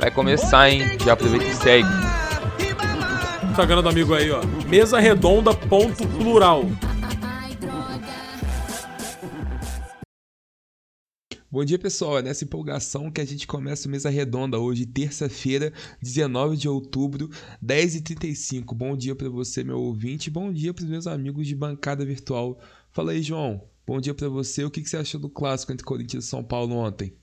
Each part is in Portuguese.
Vai começar, hein? Já aproveita e segue. Instagram do amigo aí, ó. Mesa redonda, ponto plural. Bom dia, pessoal. É nessa empolgação que a gente começa o Mesa Redonda hoje, terça-feira, 19 de outubro, 10h35. Bom dia para você, meu ouvinte. Bom dia para os meus amigos de bancada virtual. Fala aí, João. Bom dia para você. O que você achou do clássico entre Corinthians e São Paulo ontem?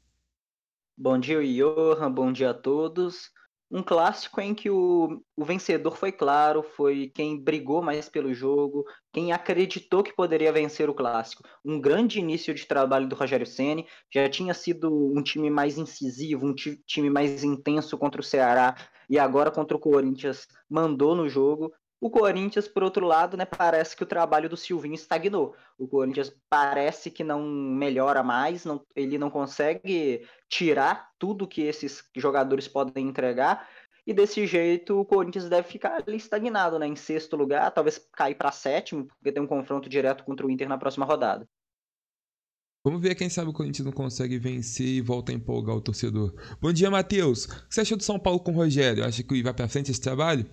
Bom dia, Johan. Bom dia a todos. Um clássico em que o vencedor foi claro, foi quem brigou mais pelo jogo, quem acreditou que poderia vencer o clássico. Um grande início de trabalho do Rogério Ceni, já tinha sido um time mais incisivo, um time mais intenso contra o Ceará, e agora contra o Corinthians mandou no jogo. O Corinthians, por outro lado, né, parece que o trabalho do Silvinho estagnou. O Corinthians parece que não melhora mais, ele não consegue tirar tudo que esses jogadores podem entregar, e desse jeito o Corinthians deve ficar ali estagnado, né, em sexto lugar, talvez cair para sétimo, porque tem um confronto direto contra o Inter na próxima rodada. Vamos ver quem sabe o Corinthians não consegue vencer e volta a empolgar o torcedor. Bom dia, Matheus. O que você achou do São Paulo com o Rogério? Acha que vai para frente esse trabalho?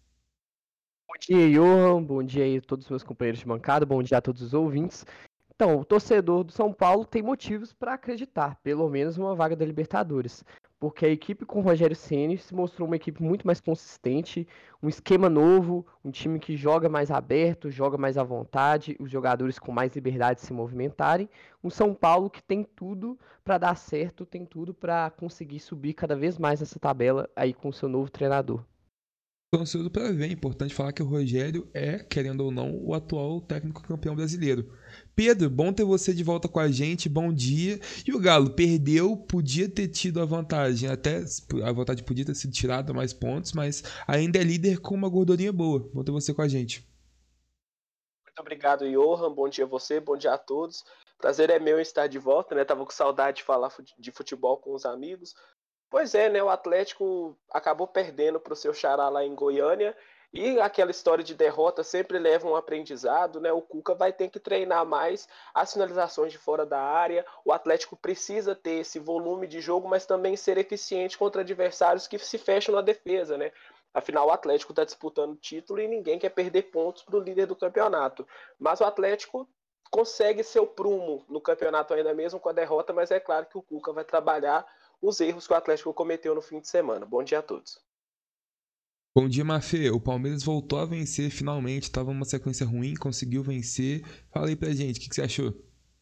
Bom dia, Johan. Bom dia aí a todos os meus companheiros de bancada. Bom dia a todos os ouvintes. Então, o torcedor do São Paulo tem motivos para acreditar, pelo menos uma vaga da Libertadores, porque a equipe com o Rogério Ceni se mostrou uma equipe muito mais consistente, um esquema novo, um time que joga mais aberto, joga mais à vontade, os jogadores com mais liberdade de se movimentarem, um São Paulo que tem tudo para dar certo, tem tudo para conseguir subir cada vez mais nessa tabela aí com o seu novo treinador. Tô ansioso para ver. É importante falar que o Rogério é, querendo ou não, o atual técnico campeão brasileiro. Pedro, bom ter você de volta com a gente. Bom dia. E o Galo perdeu, podia ter tido a vantagem. Até a vantagem podia ter sido tirada mais pontos, mas ainda é líder com uma gordurinha boa. Bom ter você com a gente. Muito obrigado, Johan. Bom dia a você, bom dia a todos. Prazer é meu em estar de volta, né? Tava com saudade de falar de futebol com os amigos. Pois é, né? O Atlético acabou perdendo para o seu xará lá em Goiânia, e aquela história de derrota sempre leva um aprendizado, né? O Cuca vai ter que treinar mais as finalizações de fora da área. O Atlético precisa ter esse volume de jogo, mas também ser eficiente contra adversários que se fecham na defesa, né? Afinal, o Atlético está disputando o título e ninguém quer perder pontos para o líder do campeonato. Mas o Atlético consegue seu prumo no campeonato ainda mesmo com a derrota, mas é claro que o Cuca vai trabalhar os erros que o Atlético cometeu no fim de semana. Bom dia a todos. Bom dia, Mafê. O Palmeiras voltou a vencer finalmente. Tava numa sequência ruim, conseguiu vencer. Fala aí pra gente, o que você achou?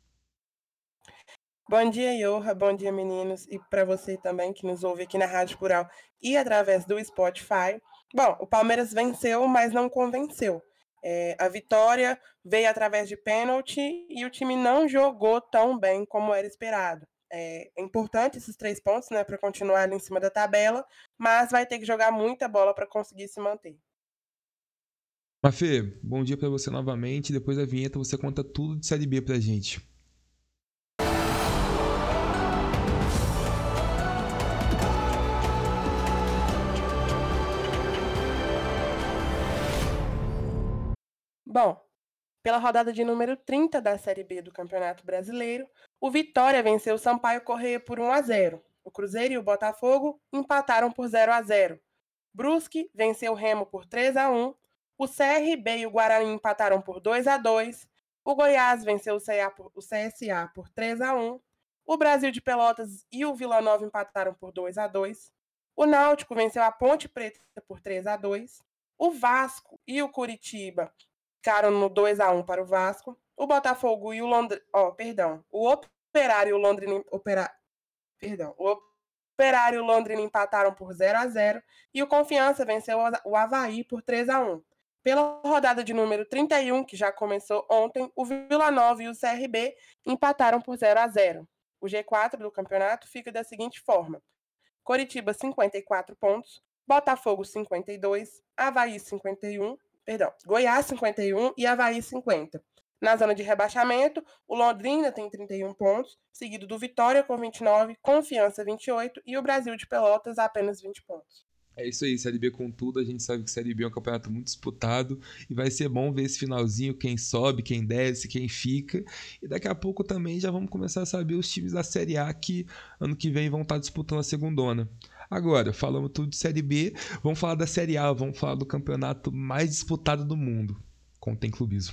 Bom dia, Johan. Bom dia, meninos. E para você também que nos ouve aqui na Rádio Plural e através do Spotify. Bom, o Palmeiras venceu, mas não convenceu. A vitória veio através de pênalti e o time não jogou tão bem como era esperado. É importante esses 3 pontos, né, para continuar ali em cima da tabela, mas vai ter que jogar muita bola para conseguir se manter. Mafê, bom dia pra você novamente. Depois da vinheta você conta tudo de Série B pra gente. Bom, pela rodada de número 30 da Série B do Campeonato Brasileiro, o Vitória venceu o Sampaio Corrêa por 1-0. O Cruzeiro e o Botafogo empataram por 0-0. Brusque venceu o Remo por 3-1. O CRB e o Guarani empataram por 2-2. O Goiás venceu o CSA por 3-1. O Brasil de Pelotas e o Vila Nova empataram por 2-2. O Náutico venceu a Ponte Preta por 3-2. O Vasco e o Curitiba ficaram no 2-1 para o Vasco. O Botafogo e o Londrina... O Operário e o Londrina... O Operário e o Londrina empataram por 0-0. E o Confiança venceu o Avaí por 3-1. Pela rodada de número 31, que já começou ontem, o Vila Nova e o CRB empataram por 0-0. O G4 do campeonato fica da seguinte forma: Coritiba, 54 pontos. Botafogo, 52. Avaí, 51. Goiás 51 e Avaí 50. Na zona de rebaixamento, o Londrina tem 31 pontos, seguido do Vitória com 29, Confiança 28 e o Brasil de Pelotas apenas 20 pontos. É isso aí, Série B com tudo. A gente sabe que Série B é um campeonato muito disputado e vai ser bom ver esse finalzinho, quem sobe, quem desce, quem fica. E daqui a pouco também já vamos começar a saber os times da Série A que ano que vem vão estar disputando a segundona. Agora, falamos tudo de Série B, vamos falar da Série A, vamos falar do campeonato mais disputado do mundo, contém clubismo.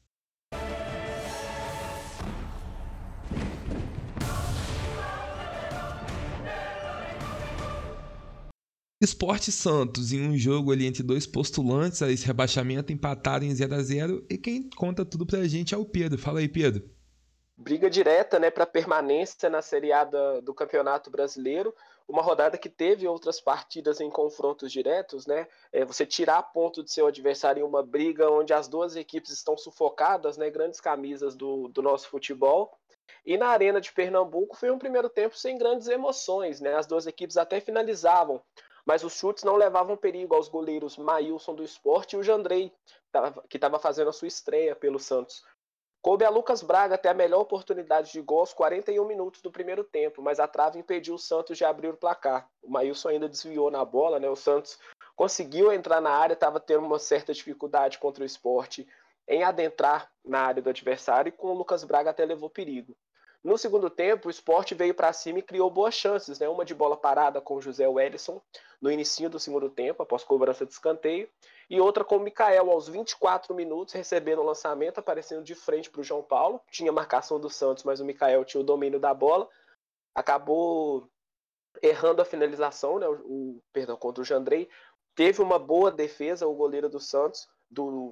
Sport e Santos, em um jogo ali entre dois postulantes a esse rebaixamento, empataram em 0-0, e quem conta tudo pra gente é o Pedro. Fala aí, Pedro. Briga direta, né, para permanência na Série A do Campeonato Brasileiro, uma rodada que teve outras partidas em confrontos diretos, né? Você tirar ponto de seu adversário em uma briga onde as duas equipes estão sufocadas, né? Grandes camisas do nosso futebol. E na Arena de Pernambuco foi um primeiro tempo sem grandes emoções, né? As duas equipes até finalizavam, mas os chutes não levavam perigo aos goleiros Maílson do Sport e o Jandrei, que estava fazendo a sua estreia pelo Santos. Coube a Lucas Braga ter a melhor oportunidade de gol aos 41 minutos do primeiro tempo, mas a trave impediu o Santos de abrir o placar. O Maílson ainda desviou na bola, né? O Santos conseguiu entrar na área, estava tendo uma certa dificuldade contra o Sport em adentrar na área do adversário, e com o Lucas Braga até levou perigo. No segundo tempo, o Sport veio para cima e criou boas chances, né? Uma de bola parada com o José Wellison no início do segundo tempo, após cobrança de escanteio, e outra com o Mikael aos 24 minutos, recebendo o lançamento, aparecendo de frente para o João Paulo. Tinha marcação do Santos, mas o Mikael tinha o domínio da bola, acabou errando a finalização, né? Perdão, contra o Jandrei. Teve uma boa defesa o goleiro do Santos, do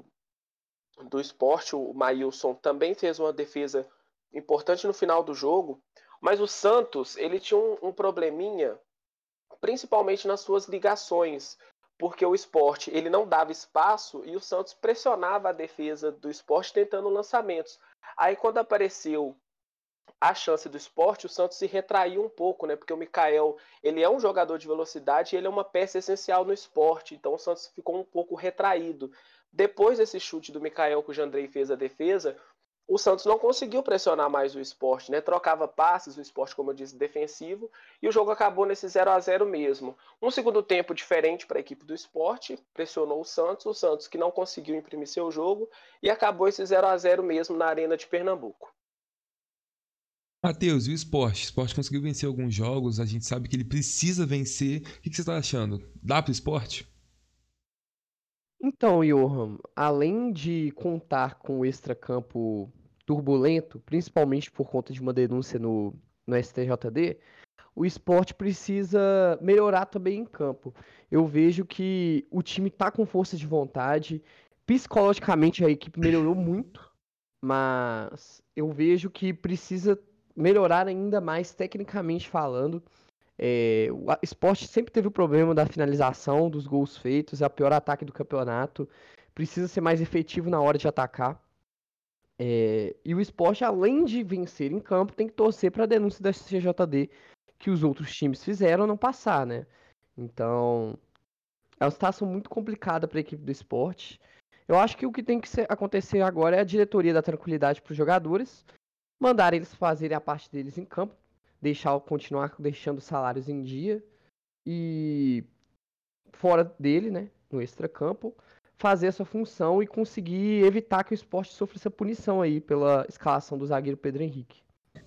Sport, o Maílson, também fez uma defesa importante no final do jogo, mas o Santos ele tinha um probleminha, principalmente nas suas ligações, porque o Sport ele não dava espaço e o Santos pressionava a defesa do Sport tentando lançamentos. Aí quando apareceu a chance do Sport, o Santos se retraiu um pouco, né? Porque o Mikael ele é um jogador de velocidade e ele é uma peça essencial no Sport, então o Santos ficou um pouco retraído. Depois desse chute do Mikael que o Jandrei fez a defesa, o Santos não conseguiu pressionar mais o Sport, né? Trocava passes, o Sport, como eu disse, defensivo, e o jogo acabou nesse 0-0 mesmo. Um segundo tempo diferente para a equipe do Sport, pressionou o Santos que não conseguiu imprimir seu jogo, e acabou esse 0-0 mesmo na Arena de Pernambuco. Matheus, e o Sport? O Sport conseguiu vencer alguns jogos, a gente sabe que ele precisa vencer. O que você está achando? Dá para o Sport? Então, Johan, além de contar com o extracampo turbulento, principalmente por conta de uma denúncia no STJD, o Sport precisa melhorar também em campo. Eu vejo que o time tá com força de vontade, psicologicamente a equipe melhorou muito, mas eu vejo que precisa melhorar ainda mais tecnicamente falando. O Sport sempre teve o problema da finalização, dos gols feitos, é o pior ataque do campeonato. Precisa ser mais efetivo na hora de atacar. E o Sport, além de vencer em campo, tem que torcer para a denúncia da CJD que os outros times fizeram não passar, né? Então, é uma situação muito complicada para a equipe do Sport. Eu acho que o que tem que acontecer agora é a diretoria dar tranquilidade para os jogadores, mandar eles fazerem a parte deles em campo, continuar deixando salários em dia e fora dele, né, no extracampo, fazer essa função e conseguir evitar que o Sport sofra essa punição aí pela escalação do zagueiro Pedro Henrique.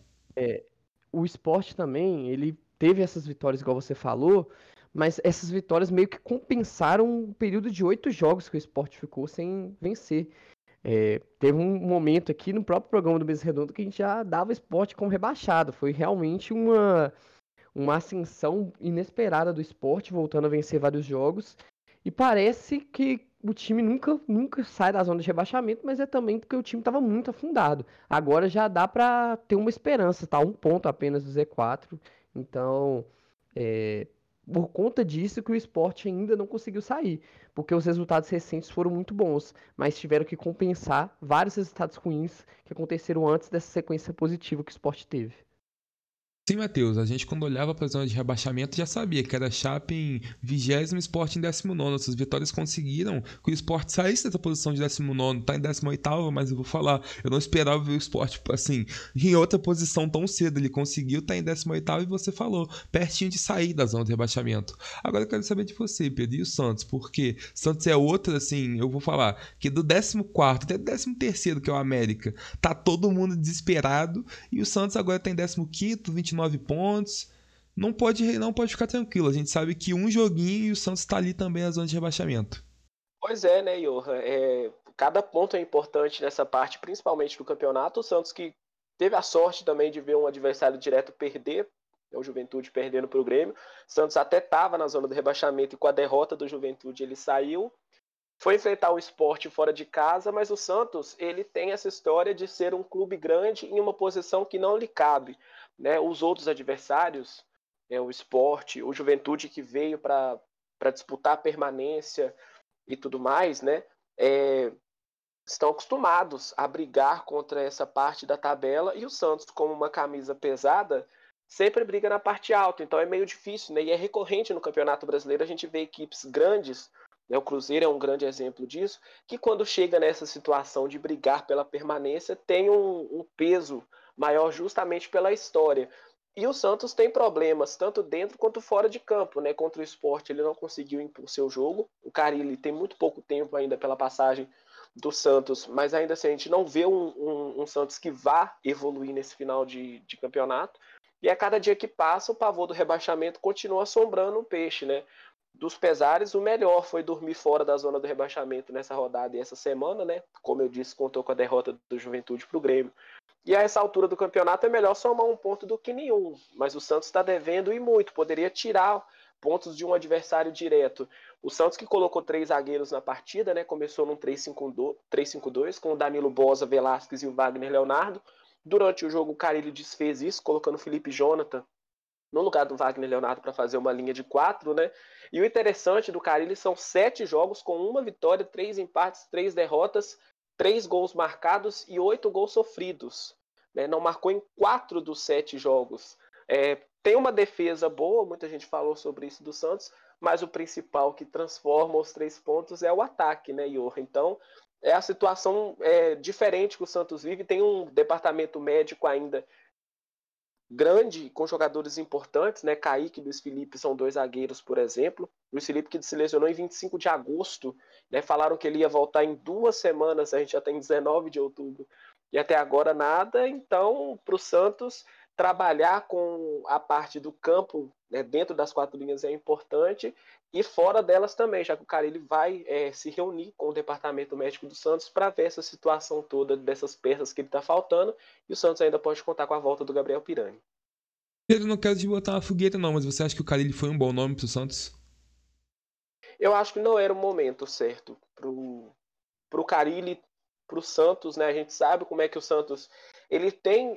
O Sport também, ele teve essas vitórias, igual você falou, mas essas vitórias meio que compensaram o período de 8 jogos que o Sport ficou sem vencer. Teve um momento aqui no próprio programa do Mesa Redonda que a gente já dava o Sport como rebaixado. Foi realmente uma ascensão inesperada do Sport, voltando a vencer vários jogos. E parece que o time nunca sai da zona de rebaixamento, mas é também porque o time estava muito afundado. Agora já dá para ter uma esperança, tá? 1 ponto apenas do Z4. Então, por conta disso que o Sport ainda não conseguiu sair, porque os resultados recentes foram muito bons, mas tiveram que compensar vários resultados ruins que aconteceram antes dessa sequência positiva que o Sport teve. Sim, Matheus, a gente quando olhava para a zona de rebaixamento já sabia que era Chape em 20º, Sport em 19º. Essas vitórias conseguiram que o Sport saísse dessa posição de 19º, tá em 18º, mas eu vou falar, eu não esperava ver o Sport assim, em outra posição tão cedo. Ele conseguiu estar em 18º e você falou, pertinho de sair da zona de rebaixamento. Agora eu quero saber de você, Pedro, e o Santos, porque Santos é outra, assim, eu vou falar, que do 14º até 13º, que é o América, tá todo mundo desesperado, e o Santos agora tá em 15º, 29 pontos. não pode ficar tranquilo. A gente sabe que um joguinho e o Santos está ali também na zona de rebaixamento. Pois é, né, Johan? Cada ponto é importante nessa parte, principalmente do campeonato. O Santos que teve a sorte também de ver um adversário direto perder, o Juventude perdendo para o Grêmio. O Santos até estava na zona do rebaixamento e com a derrota do Juventude ele saiu. Foi enfrentar o Sport fora de casa, mas o Santos ele tem essa história de ser um clube grande em uma posição que não lhe cabe, né? Os outros adversários, o Sport, o Juventude que veio para disputar a permanência e tudo mais, né? Estão acostumados a brigar contra essa parte da tabela, e o Santos, como uma camisa pesada, sempre briga na parte alta, então é meio difícil, né? E é recorrente no Campeonato Brasileiro a gente vê equipes grandes, né? O Cruzeiro é um grande exemplo disso, que quando chega nessa situação de brigar pela permanência, tem um peso maior justamente pela história. E o Santos tem problemas, tanto dentro quanto fora de campo, né? Contra o Sport ele não conseguiu impor seu jogo, o Carille tem muito pouco tempo ainda pela passagem do Santos, mas ainda assim a gente não vê um Santos que vá evoluir nesse final de campeonato, e a cada dia que passa o pavor do rebaixamento continua assombrando o peixe, né? Dos pesares, o melhor foi dormir fora da zona do rebaixamento nessa rodada e essa semana, né? Como eu disse, contou com a derrota do Juventude para o Grêmio. E a essa altura do campeonato é melhor somar um ponto do que nenhum, mas o Santos está devendo e muito, poderia tirar pontos de um adversário direto. O Santos que colocou 3 zagueiros na partida, né? Começou num 3-5-2 com o Danilo Boza, Velasquez e o Wagner Leonardo. Durante o jogo o Carille desfez isso, colocando o Felipe Jonathan no lugar do Wagner Leonardo para fazer uma linha de 4, né? E o interessante do Carille são 7 jogos com 1 vitória, 3 empates, 3 derrotas, 3 gols marcados e 8 gols sofridos, né? Não marcou em 4 dos 7 jogos. Tem uma defesa boa, muita gente falou sobre isso do Santos, mas o principal que transforma os 3 pontos é o ataque, né, Johan? Então, é a situação diferente que o Santos vive. Tem um departamento médico ainda grande, com jogadores importantes, né? Kaique e Luiz Felipe são 2 zagueiros, por exemplo. Luiz Felipe que se lesionou em 25 de agosto, né? Falaram que ele ia voltar em 2 semanas, a gente já tem 19 de outubro, e até agora nada. Então, para o Santos, trabalhar com a parte do campo, né, dentro das 4 linhas é importante, e fora delas também, já que o Carille vai se reunir com o departamento médico do Santos para ver essa situação toda dessas peças que ele está faltando, e o Santos ainda pode contar com a volta do Gabriel Pirani. Pedro, não quero te botar uma fogueira não, mas você acha que o Carille foi um bom nome pro Santos? Eu acho que não era o momento certo pro Carille, pro Santos, né? A gente sabe como é que o Santos ele tem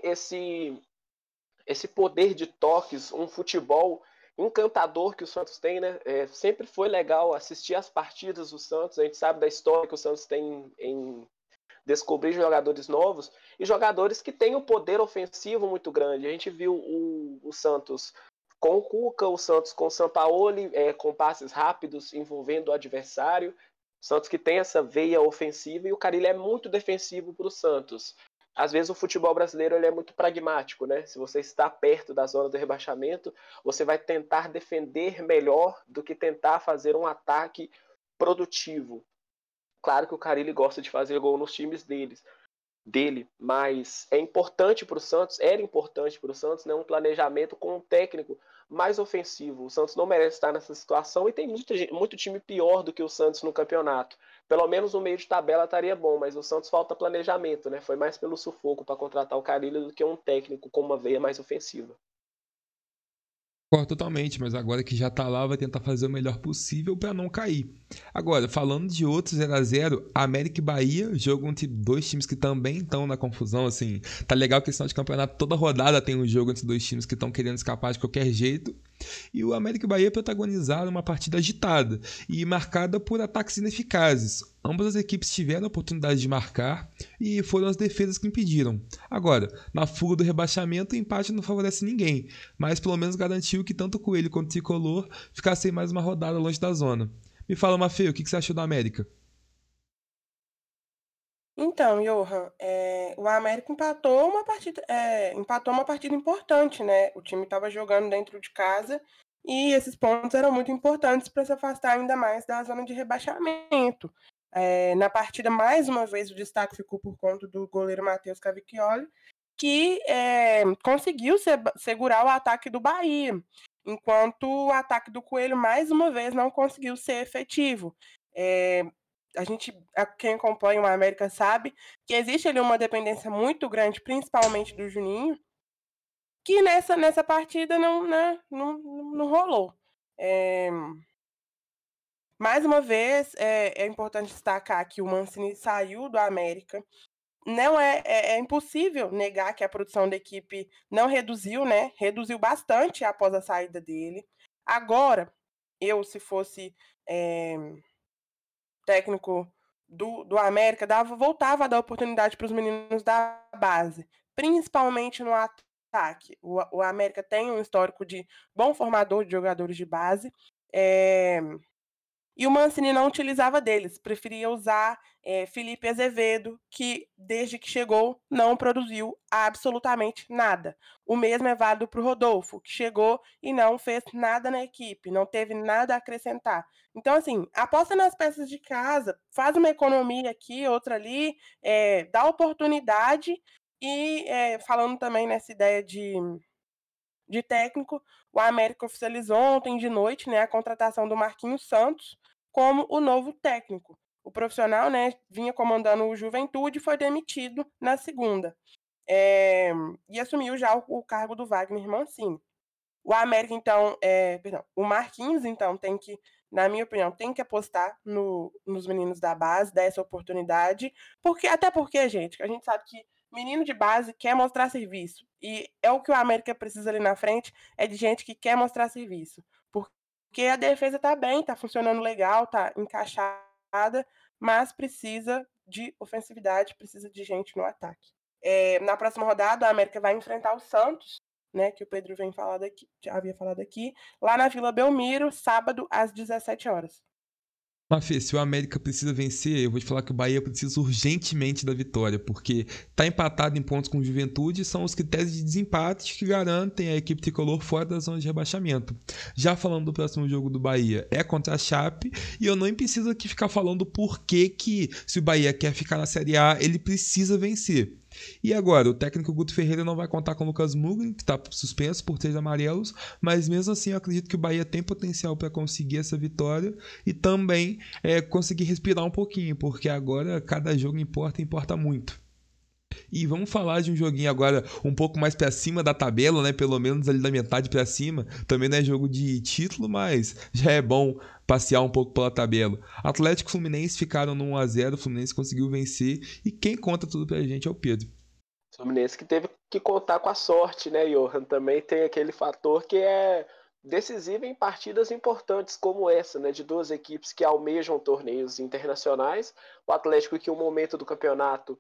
esse poder de toques, um futebol encantador que o Santos tem, né? Sempre foi legal assistir as partidas do Santos, a gente sabe da história que o Santos tem em descobrir jogadores novos e jogadores que têm um poder ofensivo muito grande. A gente viu o Santos com o Cuca, o Santos com o Sampaoli, com passes rápidos envolvendo o adversário. O Santos que tem essa veia ofensiva, e o Carille é muito defensivo para o Santos. Às vezes o futebol brasileiro ele é muito pragmático, né? Se você está perto da zona do rebaixamento, você vai tentar defender melhor do que tentar fazer um ataque produtivo. Claro que o Carille gosta de fazer gol nos times dele, mas é importante para o Santos, era importante para o Santos, né, um planejamento com um técnico mais ofensivo. O Santos não merece estar nessa situação, e tem muito time pior do que o Santos no campeonato. Pelo menos no meio de tabela estaria bom, mas o Santos falta planejamento, né? Foi mais pelo sufoco para contratar o Carille do que um técnico com uma veia mais ofensiva. Concordo totalmente, mas agora que já tá lá, vai tentar fazer o melhor possível para não cair. Agora, falando de outro 0x0, América e Bahia, jogo entre 2 times que também estão na confusão, assim. Tá legal que esse final de campeonato, toda rodada tem um jogo entre 2 times que estão querendo escapar de qualquer jeito. E o América e Bahia protagonizaram uma partida agitada e marcada por ataques ineficazes. Ambas as equipes tiveram a oportunidade de marcar e foram as defesas que impediram. Agora, na fuga do rebaixamento, o empate não favorece ninguém, mas pelo menos garantiu que tanto o Coelho quanto o Tricolor ficassem mais uma rodada longe da zona. Me fala, Mafê, o que você achou da América? Então, Johan, o América empatou uma partida importante, né? O time estava jogando dentro de casa e esses pontos eram muito importantes para se afastar ainda mais da zona de rebaixamento. Na partida, mais uma vez, o destaque ficou por conta do goleiro Matheus Cavicchioli, que conseguiu segurar o ataque do Bahia. enquanto o ataque do Coelho, mais uma vez, não conseguiu ser efetivo. Quem acompanha o América sabe que existe ali uma dependência muito grande, principalmente do Juninho, que nessa partida não rolou. Mais uma vez, é importante destacar que o Mancini saiu do América. Não é impossível negar que a produção da equipe não reduziu, né? Reduziu bastante após a saída dele. Agora, se fosse técnico do América, voltava a dar oportunidade para os meninos da base, principalmente no ataque. O América tem um histórico de bom formador de jogadores de base. E o Mancini não utilizava deles, preferia usar Felipe Azevedo, que desde que chegou não produziu absolutamente nada. O mesmo é válido para o Rodolfo, que chegou e não fez nada na equipe, não teve nada a acrescentar. Então, assim, aposta nas peças de casa, faz uma economia aqui, outra ali, dá oportunidade e, falando também nessa ideia de técnico, o América oficializou ontem de noite, né, a contratação do Marquinhos Santos como o novo técnico. O profissional, né, vinha comandando o Juventude e foi demitido na segunda. E assumiu já o cargo do Wagner Mancini. O América, então, o Marquinhos, então, tem que, na minha opinião, tem que apostar nos meninos da base, dar essa oportunidade, até porque, gente, a gente sabe que menino de base quer mostrar serviço, e é o que o América precisa ali na frente, é de gente que quer mostrar serviço, porque a defesa tá bem, tá funcionando legal, tá encaixada, mas precisa de ofensividade, precisa de gente no ataque. Na próxima rodada, a América vai enfrentar o Santos, né, que o Pedro já havia falado aqui, lá na Vila Belmiro, sábado, às 17 horas. Mafê, se o América precisa vencer, eu vou te falar que o Bahia precisa urgentemente da vitória, porque tá empatado em pontos com o Juventude e são os critérios de desempate que garantem a equipe tricolor fora da zona de rebaixamento. Já falando do próximo jogo do Bahia, é contra a Chape, e eu nem preciso aqui ficar falando por que se o Bahia quer ficar na Série A, ele precisa vencer. E agora, o técnico Guto Ferreira não vai contar com o Lucas Mugni, que está suspenso por 3 amarelos, mas mesmo assim eu acredito que o Bahia tem potencial para conseguir essa vitória e também conseguir respirar um pouquinho, porque agora cada jogo importa muito. E vamos falar de um joguinho agora um pouco mais pra cima da tabela, né? Pelo menos ali da metade pra cima. Também não é jogo de título, mas já é bom passear um pouco pela tabela. Atlético e Fluminense ficaram no 1-0, o Fluminense conseguiu vencer. E quem conta tudo pra gente é o Pedro. O Fluminense que teve que contar com a sorte, né, Johan? Também tem aquele fator que é decisivo em partidas importantes como essa, né? De duas equipes que almejam torneios internacionais. O Atlético que em um momento do campeonato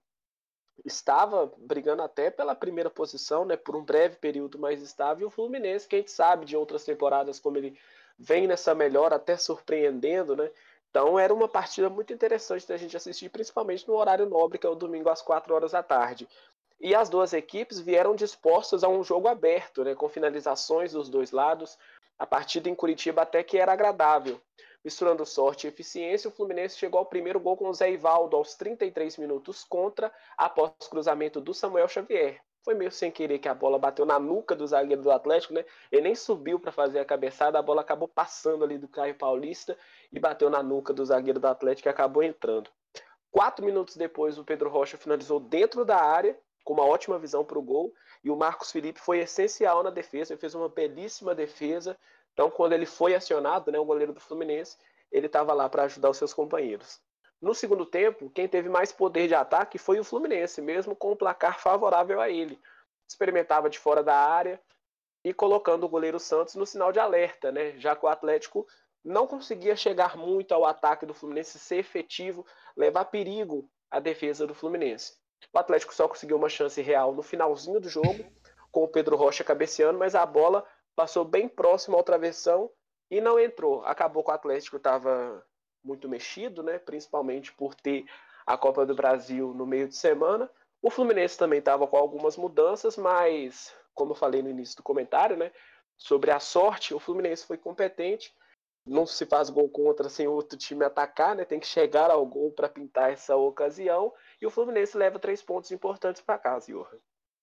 estava brigando até pela primeira posição, né, por um breve período mais estável, e o Fluminense, que a gente sabe de outras temporadas como ele vem nessa melhora, até surpreendendo, né? Então era uma partida muito interessante da gente assistir, principalmente no horário nobre, que é o domingo às 4 horas da tarde. E as duas equipes vieram dispostas a um jogo aberto, né, com finalizações dos dois lados. A partida em Curitiba até que era agradável. Misturando sorte e eficiência, o Fluminense chegou ao primeiro gol com o Zé Ivaldo aos 33 minutos contra, após o cruzamento do Samuel Xavier. Foi meio sem querer que a bola bateu na nuca do zagueiro do Atlético, né? Ele nem subiu para fazer a cabeçada, a bola acabou passando ali do Caio Paulista e bateu na nuca do zagueiro do Atlético e acabou entrando. 4 minutos depois, o Pedro Rocha finalizou dentro da área, com uma ótima visão para o gol, e o Marcos Felipe foi essencial na defesa, ele fez uma belíssima defesa. Então, quando ele foi acionado, né, o goleiro do Fluminense, ele estava lá para ajudar os seus companheiros. No segundo tempo, quem teve mais poder de ataque foi o Fluminense, mesmo com o placar favorável a ele. Experimentava de fora da área e colocando o goleiro Santos no sinal de alerta, né, já que o Atlético não conseguia chegar muito ao ataque do Fluminense, ser efetivo, levar perigo à defesa do Fluminense. O Atlético só conseguiu uma chance real no finalzinho do jogo, com o Pedro Rocha cabeceando, mas a bola passou bem próximo ao travessão e não entrou. Acabou que o Atlético estava muito mexido, né? Principalmente por ter a Copa do Brasil no meio de semana. O Fluminense também estava com algumas mudanças, mas, como eu falei no início do comentário, né? Sobre a sorte, o Fluminense foi competente. Não se faz gol contra sem outro time atacar, né? Tem que chegar ao gol para pintar essa ocasião. E o Fluminense leva 3 pontos importantes para casa, Johan.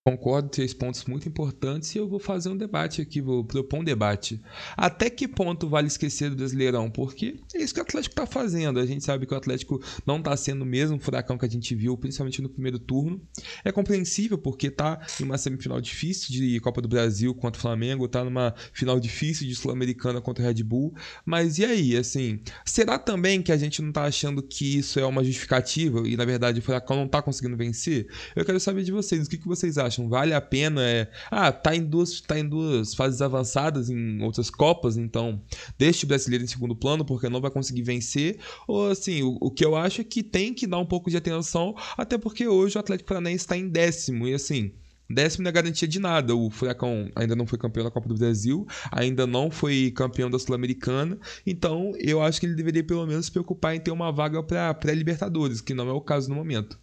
Concordo, 3 pontos muito importantes e eu vou fazer um debate aqui, vou propor um debate. Até que ponto vale esquecer do Brasileirão? Porque é isso que o Atlético está fazendo. A gente sabe que o Atlético não está sendo o mesmo furacão que a gente viu, principalmente no primeiro turno. É compreensível porque está em uma semifinal difícil de Copa do Brasil contra o Flamengo, está numa final difícil de Sul-Americana contra o Red Bull. Mas e aí, assim, será também que a gente não está achando que isso é uma justificativa e na verdade o furacão não está conseguindo vencer? Eu quero saber de vocês, o que vocês acham? Vale a pena? Tá em duas fases avançadas em outras Copas, então deixe o brasileiro em segundo plano porque não vai conseguir vencer. Ou assim, o que eu acho é que tem que dar um pouco de atenção, até porque hoje o Atlético Paranaense está em 10º, e assim, 10º não é garantia de nada. O Furacão ainda não foi campeão da Copa do Brasil, ainda não foi campeão da Sul-Americana, então eu acho que ele deveria pelo menos se preocupar em ter uma vaga para pré-Libertadores, que não é o caso no momento.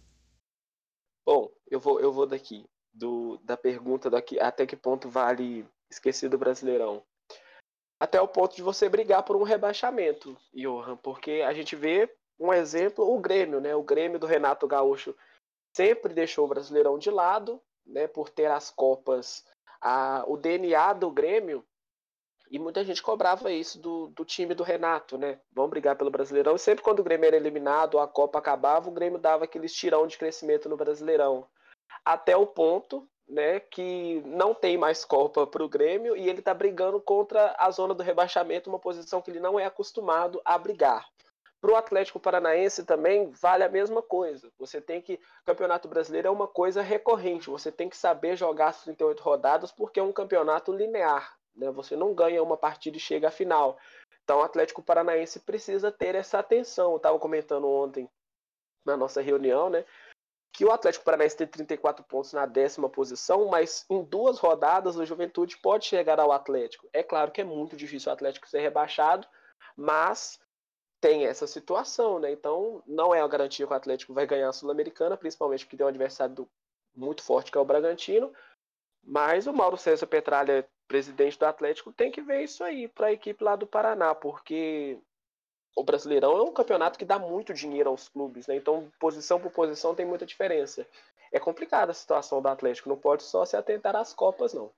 Bom, eu vou daqui. Da pergunta daqui, até que ponto vale esquecer do Brasileirão? Até o ponto de você brigar por um rebaixamento, Johan, porque a gente vê um exemplo, o Grêmio, né? O Grêmio do Renato Gaúcho sempre deixou o Brasileirão de lado, né? Por ter as Copas, o DNA do Grêmio, e muita gente cobrava isso do time do Renato, né? Vamos brigar pelo Brasileirão, e sempre quando o Grêmio era eliminado, a Copa acabava, o Grêmio dava aquele estirão de crescimento no Brasileirão. Até o ponto, né, que não tem mais Copa para o Grêmio e ele está brigando contra a zona do rebaixamento, uma posição que ele não é acostumado a brigar. Para o Atlético Paranaense também vale a mesma coisa. Você tem que... O Campeonato Brasileiro é uma coisa recorrente. Você tem que saber jogar as 38 rodadas porque é um campeonato linear, né? Você não ganha uma partida e chega à final. Então o Atlético Paranaense precisa ter essa atenção. Eu estava comentando ontem na nossa reunião, né, que o Atlético Paranaense tem 34 pontos na 10ª posição, mas em 2 rodadas o Juventude pode chegar ao Atlético. É claro que é muito difícil o Atlético ser rebaixado, mas tem essa situação, né? Então não é a garantia que o Atlético vai ganhar a Sul-Americana, principalmente porque tem um adversário muito forte que é o Bragantino, mas o Mauro César Petralha, presidente do Atlético, tem que ver isso aí para a equipe lá do Paraná, porque o Brasileirão é um campeonato que dá muito dinheiro aos clubes, né? Então, posição por posição tem muita diferença. É complicada a situação do Atlético, não pode só se atentar às Copas, não.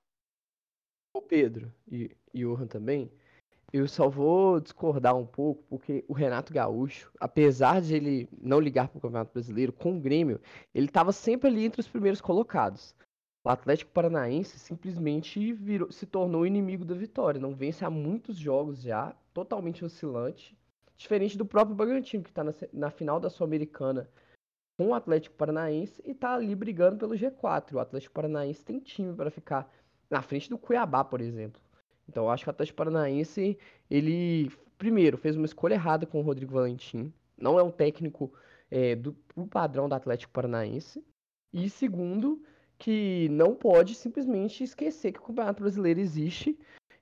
O Pedro e Johan também, eu só vou discordar um pouco, porque o Renato Gaúcho, apesar de ele não ligar para o Campeonato Brasileiro, com o Grêmio, ele estava sempre ali entre os primeiros colocados. O Atlético Paranaense simplesmente se tornou inimigo da vitória, não vence há muitos jogos já, totalmente oscilante. Diferente do próprio Bragantino, que está na final da Sul-Americana com o Atlético Paranaense e está ali brigando pelo G4. O Atlético Paranaense tem time para ficar na frente do Cuiabá, por exemplo. Então eu acho que o Atlético Paranaense, ele, primeiro, fez uma escolha errada com o Rodrigo Valentim. Não é um técnico do padrão do Atlético Paranaense. E segundo, que não pode simplesmente esquecer que o Campeonato Brasileiro existe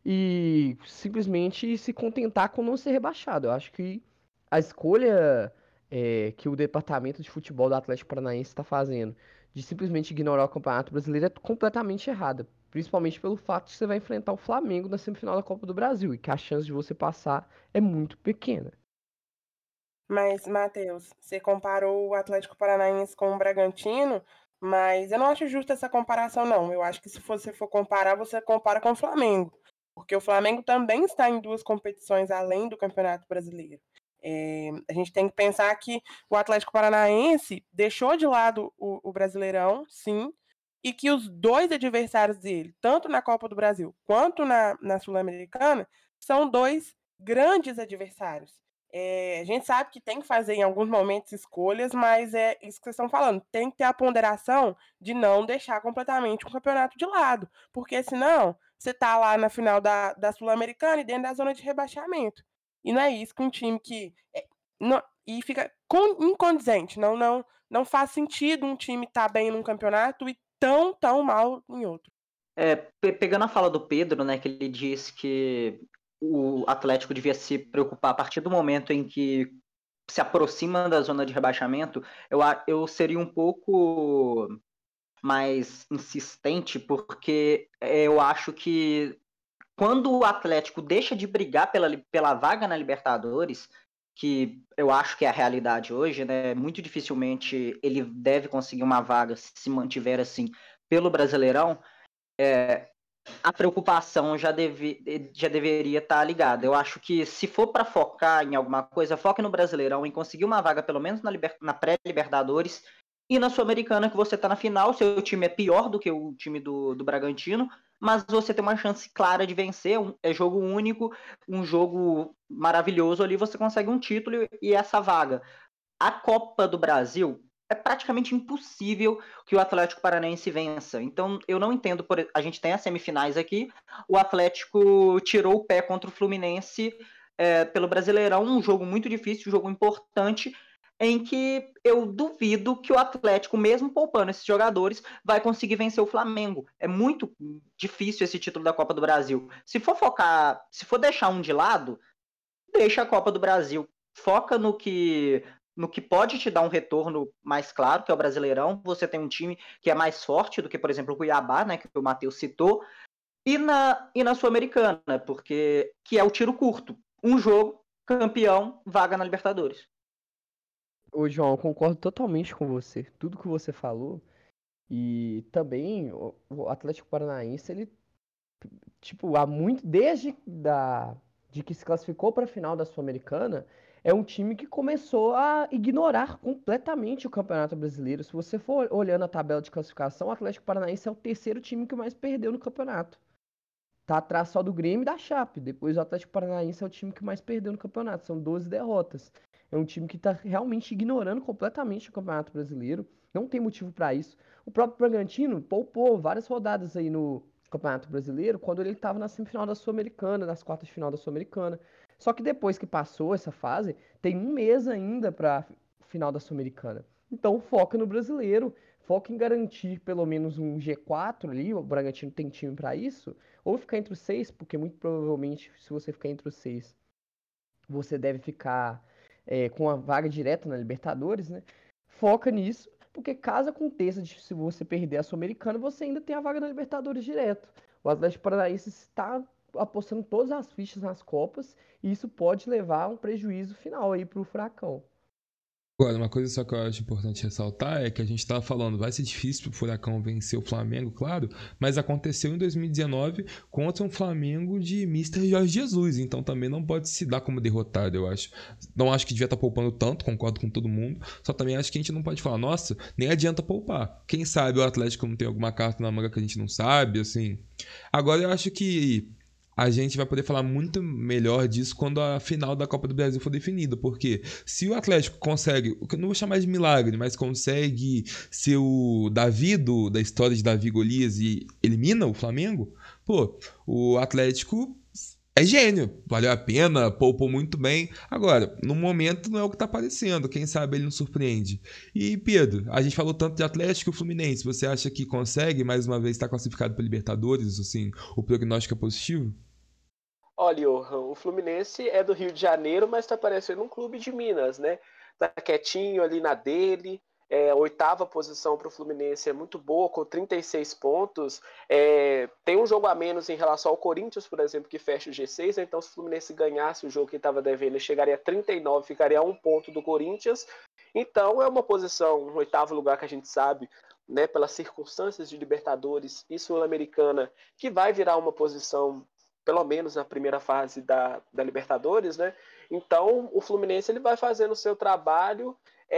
e simplesmente se contentar com não ser rebaixado. Eu acho que a escolha que o departamento de futebol do Atlético Paranaense está fazendo de simplesmente ignorar o Campeonato Brasileiro é completamente errada. Principalmente pelo fato de que você vai enfrentar o Flamengo na semifinal da Copa do Brasil e que a chance de você passar é muito pequena. Mas, Matheus, você comparou o Atlético Paranaense com o Bragantino, mas eu não acho justa essa comparação, não. Eu acho que se você for comparar, você compara com o Flamengo, porque o Flamengo também está em 2 competições além do Campeonato Brasileiro. A gente tem que pensar que o Atlético Paranaense deixou de lado o Brasileirão, sim, e que os 2 adversários dele, tanto na Copa do Brasil quanto na Sul-Americana, são 2 grandes adversários. A gente sabe que tem que fazer em alguns momentos escolhas, mas é isso que vocês estão falando. Tem que ter a ponderação de não deixar completamente o campeonato de lado, porque senão você está lá na final da Sul-Americana e dentro da zona de rebaixamento. E não é isso que um time que... e fica incondizente. Não faz sentido um time estar bem num campeonato e tão mal em outro. Pegando a fala do Pedro, né, que ele disse que o Atlético devia se preocupar a partir do momento em que se aproxima da zona de rebaixamento, eu seria um pouco mais insistente, porque eu acho que quando o Atlético deixa de brigar pela vaga na Libertadores, que eu acho que é a realidade hoje, né, muito dificilmente ele deve conseguir uma vaga se mantiver assim pelo Brasileirão, a preocupação já deveria estar ligada. Eu acho que se for para focar em alguma coisa, foque no Brasileirão, em conseguir uma vaga pelo menos na pré-Libertadores e na Sul-Americana, que você está na final. Seu time é pior do que o time do Bragantino, mas você tem uma chance clara de vencer. É jogo único, um jogo maravilhoso ali, você consegue um título e essa vaga. A Copa do Brasil é praticamente impossível que o Atlético Paranaense vença. Então, eu não entendo. A gente tem as semifinais aqui, o Atlético tirou o pé contra o Fluminense pelo Brasileirão, um jogo muito difícil, um jogo importante, em que eu duvido que o Atlético, mesmo poupando esses jogadores, vai conseguir vencer o Flamengo. É muito difícil esse título da Copa do Brasil. Se for deixar um de lado, deixa a Copa do Brasil. Foca no que pode te dar um retorno mais claro, que é o Brasileirão. Você tem um time que é mais forte do que, por exemplo, o Cuiabá, né, que o Matheus citou, e na Sul-Americana, que é o tiro curto. Um jogo, campeão, vaga na Libertadores. Ô, João, eu concordo totalmente com você. Tudo que você falou. E também o Atlético Paranaense, ele, tipo, de que se classificou para a final da Sul-Americana, é um time que começou a ignorar completamente o Campeonato Brasileiro. Se você for olhando a tabela de classificação, o Atlético Paranaense é o terceiro time que mais perdeu no campeonato. Tá atrás só do Grêmio e da Chape. Depois o Atlético Paranaense é o time que mais perdeu no campeonato. São 12 derrotas. É um time que tá realmente ignorando completamente o Campeonato Brasileiro. Não tem motivo para isso. O próprio Bragantino poupou várias rodadas aí no Campeonato Brasileiro quando ele estava na semifinal da Sul-Americana, nas quartas de final da Sul-Americana. Só que depois que passou essa fase, tem um mês ainda para final da Sul-Americana. Então foca no Brasileiro, foca em garantir pelo menos um G4 ali. O Bragantino tem time para isso. Ou ficar entre os 6, porque muito provavelmente, se você ficar entre os 6, você deve ficar com a vaga direta na Libertadores, né? Foca nisso, porque caso aconteça de se você perder a Sul-Americana, você ainda tem a vaga na Libertadores direto. O Atlético Paranaense está apostando todas as fichas nas Copas, e isso pode levar a um prejuízo final aí pro Furacão. Agora, uma coisa só que eu acho importante ressaltar é que a gente estava falando, vai ser difícil pro Furacão vencer o Flamengo, claro, mas aconteceu em 2019 contra um Flamengo de Mr. Jorge Jesus, então também não pode se dar como derrotado, eu acho. Não acho que devia estar poupando tanto, concordo com todo mundo, só também acho que a gente não pode falar, nossa, nem adianta poupar. Quem sabe o Atlético não tem alguma carta na manga que a gente não sabe, assim. Agora eu acho que a gente vai poder falar muito melhor disso quando a final da Copa do Brasil for definida, porque se o Atlético consegue, eu não vou chamar de milagre, mas consegue ser o Davi da história de Davi e Golias e elimina o Flamengo, pô, o Atlético é gênio, valeu a pena, poupou muito bem. Agora, no momento não é o que tá aparecendo, quem sabe ele não surpreende. E Pedro, a gente falou tanto de Atlético e Fluminense, você acha que consegue mais uma vez estar classificado para Libertadores, assim, o prognóstico é positivo? Olha, Johan, o Fluminense é do Rio de Janeiro, mas tá parecendo um clube de Minas, né? Tá quietinho ali na dele. A oitava posição para o Fluminense é muito boa, com 36 pontos. Tem um jogo a menos em relação ao Corinthians, por exemplo, que fecha o G6. Então, se o Fluminense ganhasse o jogo que estava devendo, ele chegaria a 39, ficaria a um ponto do Corinthians. Então, é uma posição, um oitavo lugar que a gente sabe, né, pelas circunstâncias de Libertadores e Sul-Americana, que vai virar uma posição, pelo menos na primeira fase da Libertadores, né? Então, o Fluminense ele vai fazendo o seu trabalho,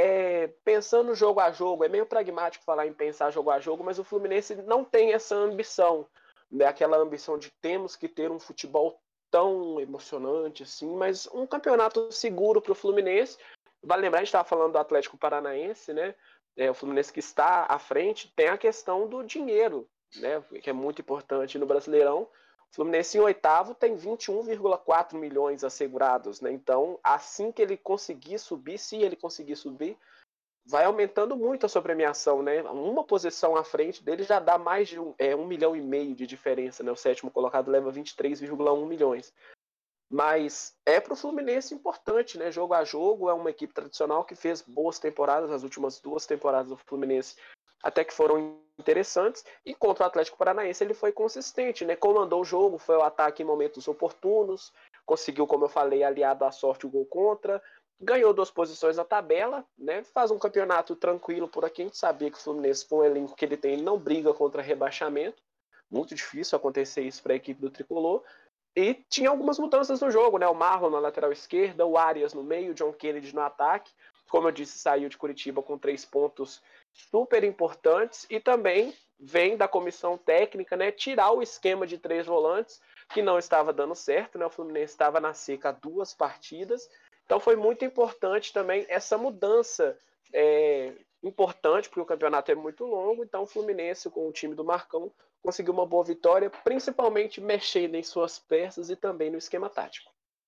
pensando jogo a jogo. É meio pragmático falar em pensar jogo a jogo, mas o Fluminense não tem essa ambição, né? Aquela ambição de temos que ter um futebol tão emocionante assim, mas um campeonato seguro para o Fluminense. Vale lembrar, a gente estava falando do Atlético Paranaense, né? O Fluminense que está à frente tem a questão do dinheiro, né? Que é muito importante no Brasileirão. O Fluminense em oitavo tem 21,4 milhões assegurados, né? Então, assim que ele conseguir subir, se ele conseguir subir, vai aumentando muito a sua premiação, né? Uma posição à frente dele já dá mais de 1,5 milhão de diferença, né? O sétimo colocado leva 23,1 milhões. Mas é para o Fluminense importante, né? Jogo a jogo, é uma equipe tradicional que fez boas temporadas, as últimas 2 temporadas do Fluminense até que foram interessantes, e contra o Atlético Paranaense ele foi consistente, né? Comandou o jogo, foi ao ataque em momentos oportunos, conseguiu, como eu falei, aliado à sorte o gol contra, ganhou 2 posições na tabela, né? Faz um campeonato tranquilo por aqui. A gente sabia que o Fluminense, com o elenco que ele tem, ele não briga contra rebaixamento. Muito difícil acontecer isso para a equipe do Tricolor. E tinha algumas mudanças no jogo, né? O Marlon na lateral esquerda, o Arias no meio, o John Kennedy no ataque. Como eu disse, saiu de Curitiba com 3 pontos super importantes. E também vem da comissão técnica, né? Tirar o esquema de 3 volantes, que não estava dando certo, né? O Fluminense estava na seca há 2 partidas. Então foi muito importante também essa mudança importante, porque o campeonato é muito longo. Então o Fluminense, com o time do Marcão, conseguiu uma boa vitória, principalmente mexendo em suas peças e também no esquema tático.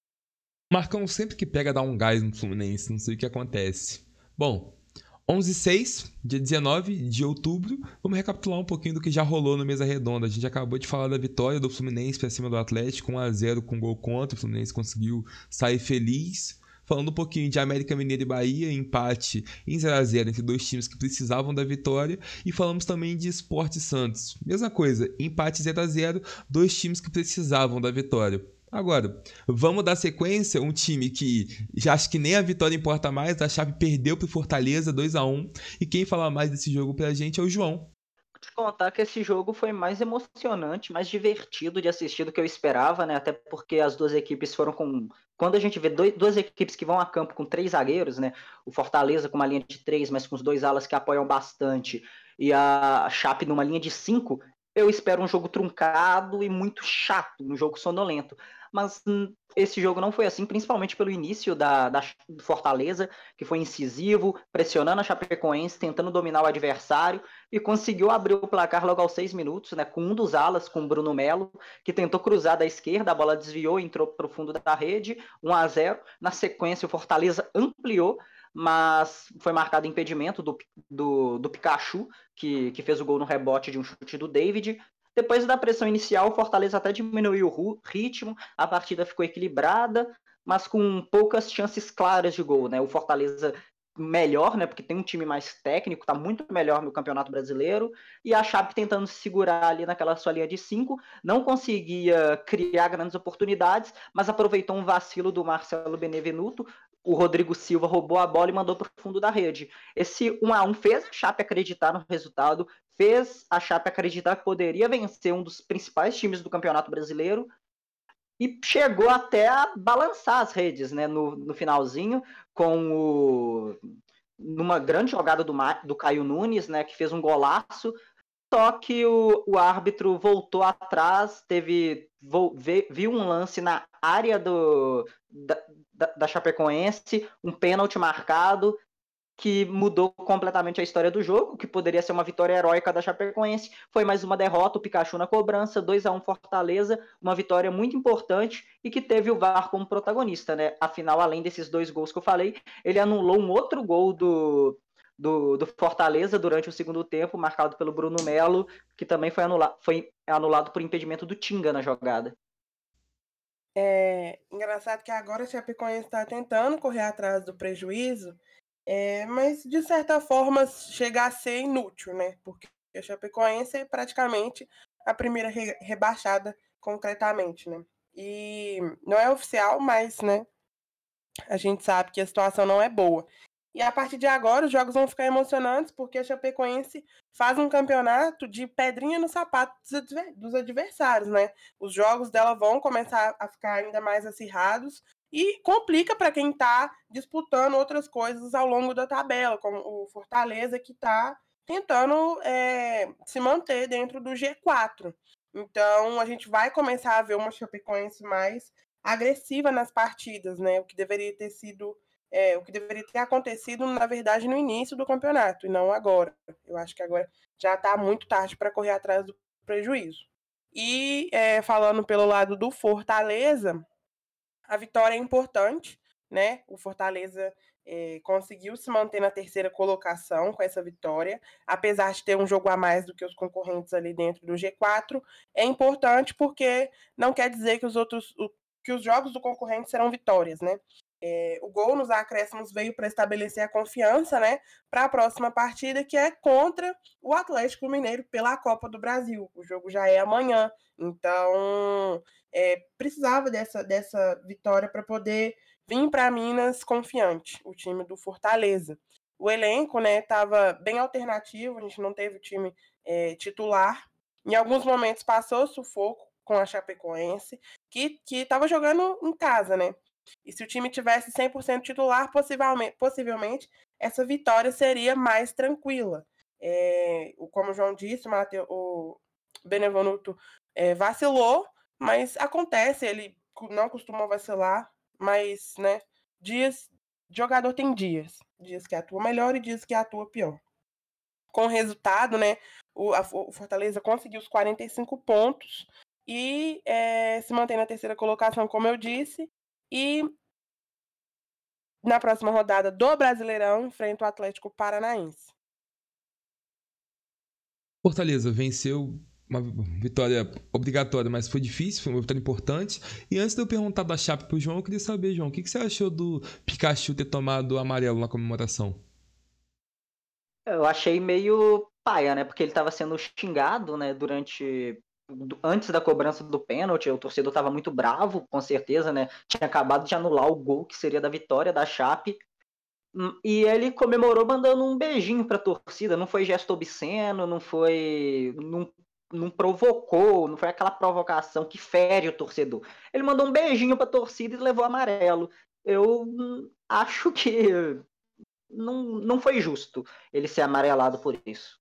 Marcão sempre que pega dá um gás no Fluminense, não sei o que acontece. Bom, 11/6, dia 19 de outubro, vamos recapitular um pouquinho do que já rolou no Mesa Redonda. A gente acabou de falar da vitória do Fluminense para cima do Atlético, 1-0 com gol contra. O Fluminense conseguiu sair feliz. Falando um pouquinho de América Mineiro e Bahia, empate em 0-0 entre 2 times que precisavam da vitória. E falamos também de Sport e Santos. Mesma coisa, empate 0-0, 2 times que precisavam da vitória. Agora, vamos dar sequência, um time que já acho que nem a vitória importa mais, a Chape perdeu pro Fortaleza 2-1, e quem fala mais desse jogo pra gente é o João. Vou te contar que esse jogo foi mais emocionante, mais divertido de assistir do que eu esperava, né? Até porque as duas equipes foram com... Quando a gente vê duas equipes que vão a campo com 3 zagueiros, né? O Fortaleza com uma linha de 3, mas com os 2 alas que apoiam bastante, e a Chape numa linha de 5, eu espero um jogo truncado e muito chato, um jogo sonolento. Mas esse jogo não foi assim, principalmente pelo início da Fortaleza, que foi incisivo, pressionando a Chapecoense, tentando dominar o adversário, e conseguiu abrir o placar logo aos 6 minutos, né, com um dos alas, com o Bruno Melo, que tentou cruzar da esquerda, a bola desviou, entrou para o fundo da rede, 1-0. Na sequência, o Fortaleza ampliou, mas foi marcado impedimento do Pikachu, que fez o gol no rebote de um chute do David. Depois da pressão inicial, o Fortaleza até diminuiu o ritmo, a partida ficou equilibrada, mas com poucas chances claras de gol, né? O Fortaleza melhor, né? Porque tem um time mais técnico, está muito melhor no Campeonato Brasileiro, e a Chape tentando se segurar ali naquela sua linha de 5, não conseguia criar grandes oportunidades, mas aproveitou um vacilo do Marcelo Benevenuto. O Rodrigo Silva roubou a bola e mandou para o fundo da rede. Esse 1-1 fez a Chape acreditar no resultado, fez a Chape acreditar que poderia vencer um dos principais times do Campeonato Brasileiro, e chegou até a balançar as redes, né, no finalzinho, numa grande jogada do Caio Nunes, né, que fez um golaço. Só que o árbitro voltou atrás, viu um lance na área da Chapecoense, um pênalti marcado, que mudou completamente a história do jogo, que poderia ser uma vitória heróica da Chapecoense. Foi mais uma derrota, o Pikachu na cobrança, 2-1 Fortaleza, uma vitória muito importante e que teve o VAR como protagonista, né? Afinal, além desses 2 gols que eu falei, ele anulou um outro gol do Fortaleza durante o segundo tempo, marcado pelo Bruno Melo, que também foi anulado por impedimento do Tinga na jogada. É engraçado que agora a Chapecoense está tentando correr atrás do prejuízo, mas de certa forma chega a ser inútil, né? Porque a Chapecoense é praticamente a primeira rebaixada concretamente, né? E não é oficial, mas, né, a gente sabe que a situação não é boa. E a partir de agora os jogos vão ficar emocionantes, porque a Chapecoense faz um campeonato de pedrinha no sapato dos adversários, né? Os jogos dela vão começar a ficar ainda mais acirrados e complica para quem está disputando outras coisas ao longo da tabela, como o Fortaleza, que está tentando se manter dentro do G4. Então a gente vai começar a ver uma Chapecoense mais agressiva nas partidas, né? O que deveria ter acontecido, na verdade, no início do campeonato, e não agora. Eu acho que agora já está muito tarde para correr atrás do prejuízo. E falando pelo lado do Fortaleza, a vitória é importante, né? O Fortaleza conseguiu se manter na 3ª colocação com essa vitória, apesar de ter um jogo a mais do que os concorrentes ali dentro do G4. É importante porque não quer dizer que os jogos do concorrente serão vitórias, né? O gol nos acréscimos veio para estabelecer a confiança, né, para a próxima partida, que é contra o Atlético Mineiro pela Copa do Brasil. O jogo já é amanhã, então precisava dessa vitória para poder vir para Minas confiante, o time do Fortaleza. O elenco, né, estava bem alternativo, a gente não teve o time titular. Em alguns momentos passou sufoco com a Chapecoense, que estava jogando em casa, né? E se o time tivesse 100% titular, possivelmente essa vitória seria mais tranquila. Como o João disse, o Benevenuto vacilou, mas acontece, ele não costuma vacilar, mas, né, jogador tem dias que atua melhor e dias que atua pior. Com o resultado, né, o Fortaleza conseguiu os 45 pontos e se mantém na terceira colocação, como eu disse, e na próxima rodada do Brasileirão enfrenta o Atlético Paranaense. Fortaleza venceu uma vitória obrigatória, mas foi difícil, foi uma vitória importante. E antes de eu perguntar da Chape pro João, eu queria saber, João, o que você achou do Pikachu ter tomado o amarelo na comemoração? Eu achei meio paia, né? Porque ele estava sendo xingado, né? Antes da cobrança do pênalti, o torcedor estava muito bravo, com certeza, né? Tinha acabado de anular o gol que seria da vitória da Chape. E ele comemorou mandando um beijinho pra torcida. Não foi gesto obsceno, não foi. Não provocou, não foi aquela provocação que fere o torcedor. Ele mandou um beijinho pra torcida e levou amarelo. Eu acho que não foi justo ele ser amarelado por isso.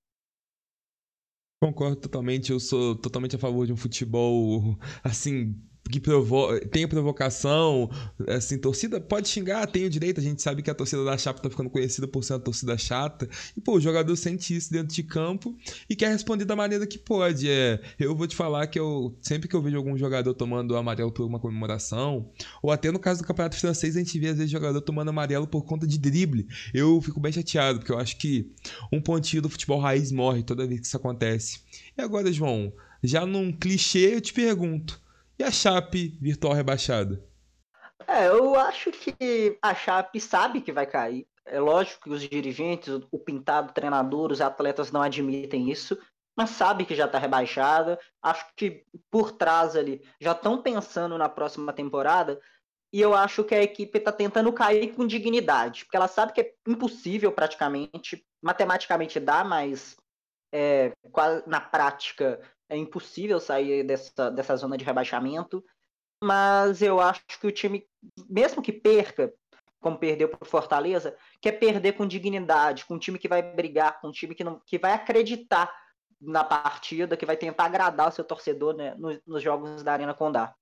Concordo totalmente, eu sou totalmente a favor de um futebol, assim, que tenha provocação, assim, torcida pode xingar, tem o direito, a gente sabe que a torcida da Chape tá ficando conhecida por ser uma torcida chata, e pô, o jogador sente isso dentro de campo e quer responder da maneira que pode. Eu vou te falar que sempre que eu vejo algum jogador tomando amarelo por uma comemoração, ou até no caso do Campeonato Francês, a gente vê às vezes jogador tomando amarelo por conta de drible, eu fico bem chateado, porque eu acho que um pontinho do futebol raiz morre toda vez que isso acontece. E agora, João, já num clichê eu te pergunto, e a Chape virtual rebaixada? Eu acho que a Chape sabe que vai cair. É lógico que os dirigentes, o Pintado, o treinador, os atletas não admitem isso, mas sabe que já está rebaixada. Acho que por trás ali já estão pensando na próxima temporada e eu acho que a equipe está tentando cair com dignidade, porque ela sabe que é impossível praticamente, matematicamente dá, mas na prática é impossível sair dessa zona de rebaixamento, mas eu acho que o time, mesmo que perca, como perdeu para o Fortaleza, quer perder com dignidade, com um time que vai brigar, com um time que vai acreditar na partida, que vai tentar agradar o seu torcedor, né, nos jogos da Arena Condá.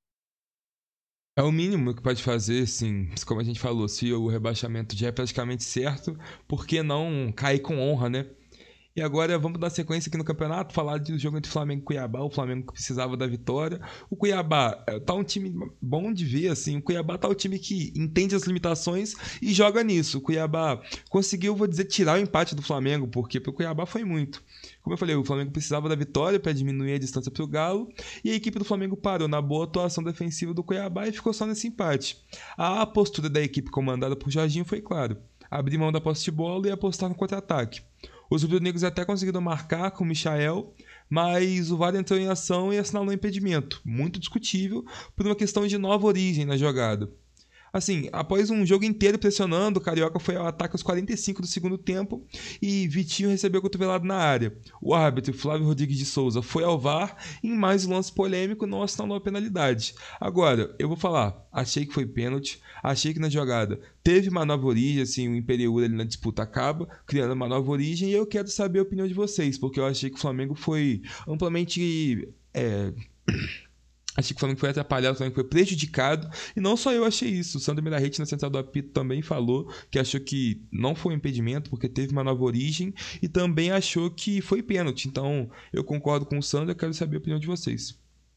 É o mínimo que pode fazer, sim, como a gente falou, se o rebaixamento já é praticamente certo, por que não cair com honra, né? E agora vamos dar sequência aqui no campeonato, falar do jogo entre Flamengo e Cuiabá, o Flamengo que precisava da vitória. O Cuiabá tá um time bom de ver, assim, o Cuiabá tá um time que entende as limitações e joga nisso. O Cuiabá conseguiu, vou dizer, tirar o empate do Flamengo, porque pro Cuiabá foi muito. Como eu falei, o Flamengo precisava da vitória para diminuir a distância pro Galo, e a equipe do Flamengo parou na boa atuação defensiva do Cuiabá e ficou só nesse empate. A postura da equipe comandada por Jorginho foi claro, abrir mão da posse de bola e apostar no contra-ataque. Os rubro-negros até conseguiram marcar com o Michael, mas o VAR entrou em ação e assinalou um impedimento, muito discutível, por uma questão de nova origem na jogada. Assim, após um jogo inteiro pressionando, o Carioca foi ao ataque aos 45 do segundo tempo e Vitinho recebeu o cotovelado na área. O árbitro, Flávio Rodrigues de Souza, foi ao VAR e em mais um lance polêmico não assinalou a penalidade. Agora, eu vou falar, achei que foi pênalti, achei que na jogada teve uma nova origem, assim, o Imperiur ali na disputa acaba criando uma nova origem e eu quero saber a opinião de vocês, porque eu achei que o Flamengo foi amplamente... Achei que o Flamengo foi atrapalhado, o Flamengo foi prejudicado. E não só eu achei isso. O Sandro Mirahete, na central do apito, também falou que achou que não foi um impedimento, porque teve uma nova origem. E também achou que foi pênalti. Então, eu concordo com o Sandro e quero saber a opinião de vocês.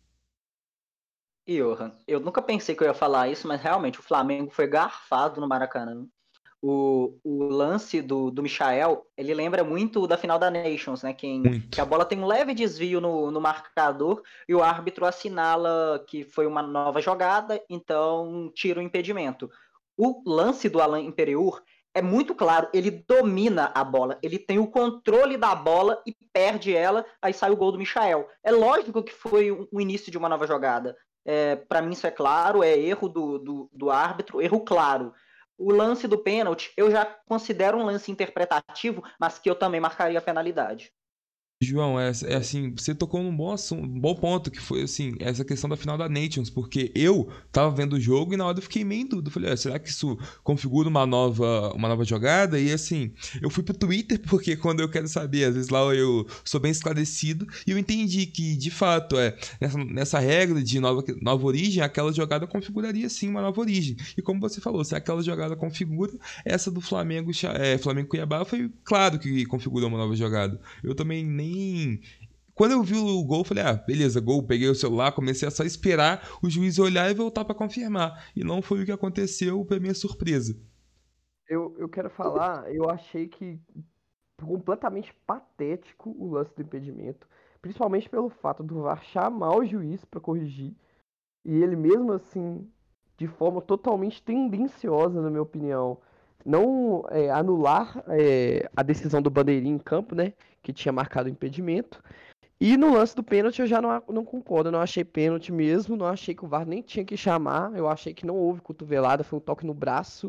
Johan, eu nunca pensei que eu ia falar isso, mas realmente o Flamengo foi garfado no Maracanã. O lance do Michael, ele lembra muito da final da Nations, né? Que a bola tem um leve desvio no marcador e o árbitro assinala que foi uma nova jogada, então tira o impedimento. O lance do Alain Imperiur é muito claro, ele domina a bola, ele tem o controle da bola e perde ela, aí sai o gol do Michael. É lógico que foi o início de uma nova jogada. Para mim isso é claro, é erro do árbitro, erro claro. O lance do pênalti eu já considero um lance interpretativo, mas que eu também marcaria a penalidade. João, é assim, você tocou num bom assunto, um bom ponto, que foi assim, essa questão da final da Nations, porque eu tava vendo o jogo e na hora eu fiquei meio em dúvida. Falei, será que isso configura uma nova jogada? E assim, eu fui pro Twitter, porque quando eu quero saber, às vezes lá eu sou bem esclarecido, e eu entendi que, de fato, nessa regra de nova origem, aquela jogada configuraria sim uma nova origem. E como você falou, se aquela jogada configura, essa do Flamengo Cuiabá foi claro que configurou uma nova jogada. Eu também nem. Quando eu vi o gol, eu falei, beleza, gol, peguei o celular, comecei a só esperar o juiz olhar e voltar para confirmar. E não foi o que aconteceu, pra minha surpresa. Eu quero falar, eu achei que completamente patético o lance do impedimento, principalmente pelo fato do VAR chamar o juiz para corrigir, e ele mesmo assim, de forma totalmente tendenciosa, na minha opinião, não anular a decisão do Bandeirinha em campo, né, que tinha marcado o impedimento. E no lance do pênalti eu já não concordo, eu não achei pênalti mesmo, não achei que o VAR nem tinha que chamar, eu achei que não houve cotovelada, foi um toque no braço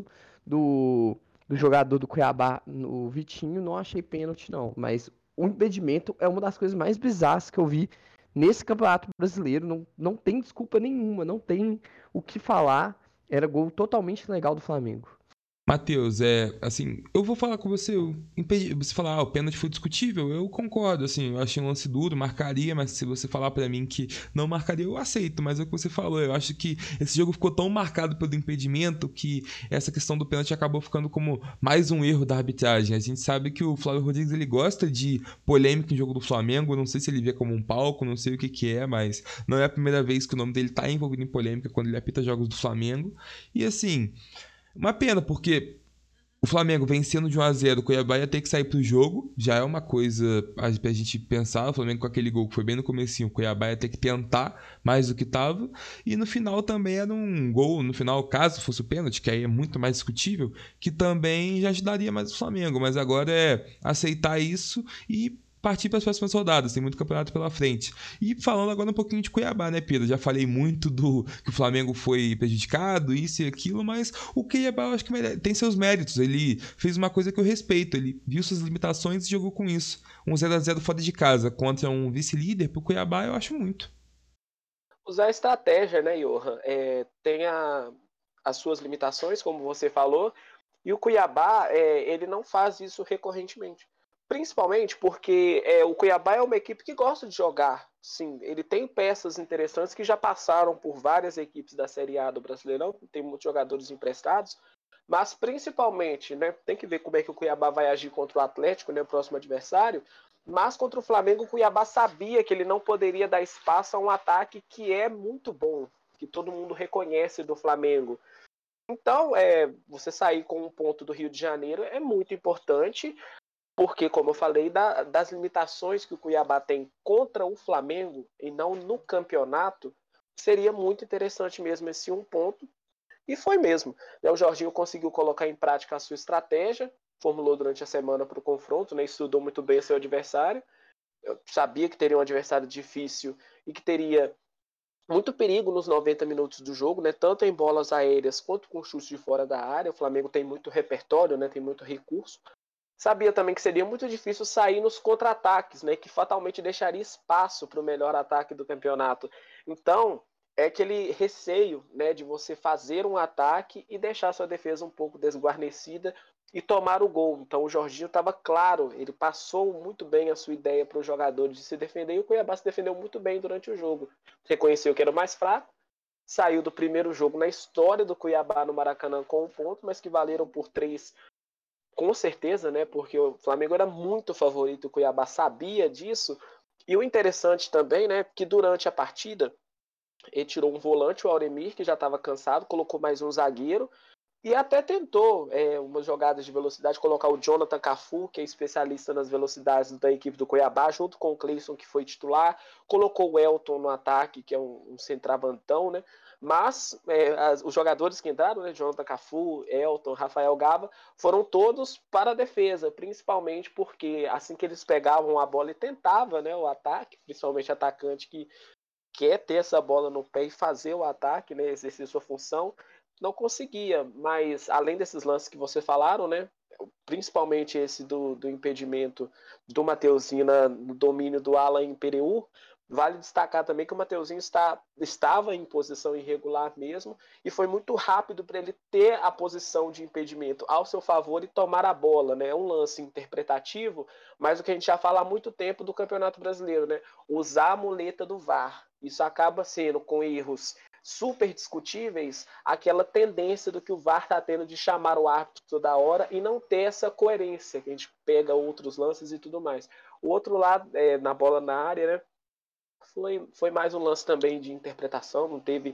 do jogador do Cuiabá, no Vitinho, não achei pênalti não, mas o impedimento é uma das coisas mais bizarras que eu vi nesse Campeonato Brasileiro, não tem desculpa nenhuma, não tem o que falar, era gol totalmente legal do Flamengo. Matheus, assim, eu vou falar com você, você falar, o pênalti foi discutível, eu concordo, assim, eu achei um lance duro, marcaria, mas se você falar pra mim que não marcaria, eu aceito, mas é o que você falou, eu acho que esse jogo ficou tão marcado pelo impedimento que essa questão do pênalti acabou ficando como mais um erro da arbitragem. A gente sabe que o Flávio Rodrigues, ele gosta de polêmica em jogo do Flamengo, não sei se ele vê como um palco, não sei o que é, mas não é a primeira vez que o nome dele tá envolvido em polêmica quando ele apita jogos do Flamengo, e assim... Uma pena, porque o Flamengo vencendo de 1-0, o Cuiabá ia ter que sair pro jogo, já é uma coisa pra gente pensar, o Flamengo com aquele gol que foi bem no comecinho, o Cuiabá ia ter que tentar mais do que tava, e no final também era um gol, no final, caso fosse o pênalti, que aí é muito mais discutível, que também já ajudaria mais o Flamengo, mas agora é aceitar isso e partir para as próximas rodadas, tem muito campeonato pela frente. E falando agora um pouquinho de Cuiabá, né, Pedro? Já falei muito do que o Flamengo foi prejudicado, isso e aquilo, mas o Cuiabá eu acho que tem seus méritos. Ele fez uma coisa que eu respeito, ele viu suas limitações e jogou com isso. Um 0-0 fora de casa contra um vice-líder pro Cuiabá eu acho muito. Usar estratégia, né, Johan? Tem as suas limitações, como você falou, e o Cuiabá, ele não faz isso recorrentemente. Principalmente porque o Cuiabá é uma equipe que gosta de jogar. Sim, ele tem peças interessantes que já passaram por várias equipes da Série A do Brasileirão, tem muitos jogadores emprestados, mas principalmente, né, tem que ver como é que o Cuiabá vai agir contra o Atlético, né, o próximo adversário, mas contra o Flamengo o Cuiabá sabia que ele não poderia dar espaço a um ataque que é muito bom, que todo mundo reconhece do Flamengo. Então, você sair com um ponto do Rio de Janeiro é muito importante, porque, como eu falei, das limitações que o Cuiabá tem contra o Flamengo e não no campeonato, seria muito interessante mesmo esse um ponto. E foi mesmo. O Jorginho conseguiu colocar em prática a sua estratégia, formulou durante a semana para o confronto, né, estudou muito bem seu adversário. Eu sabia que teria um adversário difícil e que teria muito perigo nos 90 minutos do jogo, né, tanto em bolas aéreas quanto com chutes de fora da área. O Flamengo tem muito repertório, né, tem muito recurso. Sabia também que seria muito difícil sair nos contra-ataques, né, que fatalmente deixaria espaço para o melhor ataque do campeonato. Então, é aquele receio, né, de você fazer um ataque e deixar sua defesa um pouco desguarnecida e tomar o gol. Então, o Jorginho estava claro, ele passou muito bem a sua ideia para os jogadores de se defender e o Cuiabá se defendeu muito bem durante o jogo. Reconheceu que era o mais fraco, saiu do primeiro jogo na história do Cuiabá no Maracanã com um ponto, mas que valeram por 3 com certeza, né? Porque o Flamengo era muito favorito, o Cuiabá sabia disso. E o interessante também, né? Que durante a partida ele tirou um volante, o Auremir, que já estava cansado, colocou mais um zagueiro. E até tentou umas jogadas de velocidade, colocar o Jonathan Cafu, que é especialista nas velocidades da equipe do Cuiabá, junto com o Cleison, que foi titular. Colocou o Elton no ataque, que é um centroavantão, né? Mas os jogadores que entraram, né, Jonathan Cafu, Elton, Rafael Gava, foram todos para a defesa, principalmente porque assim que eles pegavam a bola e tentavam, né, o ataque, principalmente atacante que quer ter essa bola no pé e fazer o ataque, né, exercer sua função, não conseguia. Mas além desses lances que vocês falaram, né, principalmente esse do impedimento do Mateuzinho no domínio do Alan Pereu, vale destacar também que o Mateuzinho estava em posição irregular mesmo, e foi muito rápido para ele ter a posição de impedimento ao seu favor e tomar a bola, né? É um lance interpretativo, mas o que a gente já fala há muito tempo do Campeonato Brasileiro, né? Usar a muleta do VAR. Isso acaba sendo, com erros super discutíveis, aquela tendência do que o VAR está tendo de chamar o árbitro toda hora e não ter essa coerência, que a gente pega outros lances e tudo mais. O outro lado, na bola na área, né? Foi mais um lance também de interpretação, não teve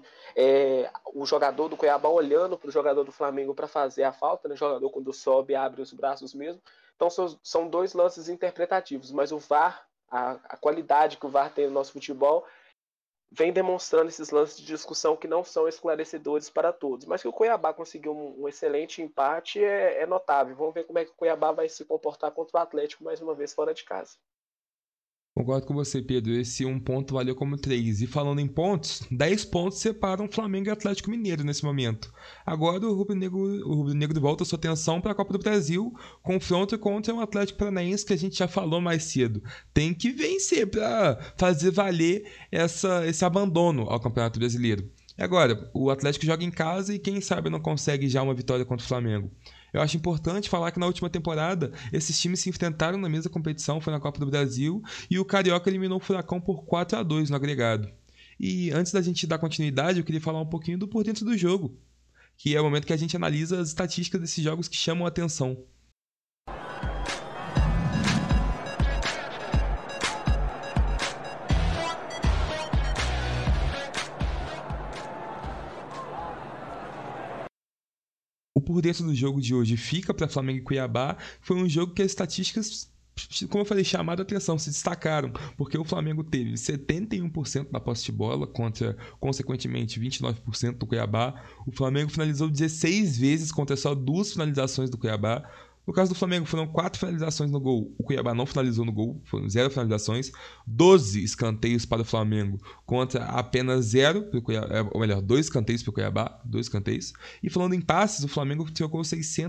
o jogador do Cuiabá olhando para o jogador do Flamengo para fazer a falta, né? O jogador quando sobe abre os braços mesmo. Então são dois lances interpretativos, mas o VAR, a qualidade que o VAR tem no nosso futebol, vem demonstrando esses lances de discussão que não são esclarecedores para todos. Mas que o Cuiabá conseguiu um excelente empate é notável. Vamos ver como é que o Cuiabá vai se comportar contra o Atlético mais uma vez fora de casa. Concordo com você, Pedro. Esse 1 ponto valeu como 3. E falando em pontos, 10 pontos separam Flamengo e Atlético Mineiro nesse momento. Agora o Rubro-Negro volta sua atenção para a Copa do Brasil, confronto contra o Atlético Paranaense, que a gente já falou mais cedo. Tem que vencer para fazer valer esse abandono ao Campeonato Brasileiro. Agora, o Atlético joga em casa e quem sabe não consegue já uma vitória contra o Flamengo. Eu acho importante falar que na última temporada esses times se enfrentaram na mesma competição, foi na Copa do Brasil, e o Carioca eliminou o Furacão por 4-2 no agregado. E antes da gente dar continuidade, eu queria falar um pouquinho do por dentro do jogo, que é o momento que a gente analisa as estatísticas desses jogos que chamam a atenção. O por dentro do jogo de hoje fica para Flamengo e Cuiabá. Foi um jogo que as estatísticas, como eu falei, chamaram a atenção, se destacaram, porque o Flamengo teve 71% da posse de bola contra, consequentemente, 29% do Cuiabá. O Flamengo finalizou 16 vezes contra só 2 finalizações do Cuiabá. No caso do Flamengo, foram 4 finalizações no gol. O Cuiabá não finalizou no gol, foram 0 finalizações. 12 escanteios para o Flamengo contra apenas 0 para o Cuiabá, ou melhor, 2 escanteios para o Cuiabá, 2 escanteios. E falando em passes, o Flamengo trocou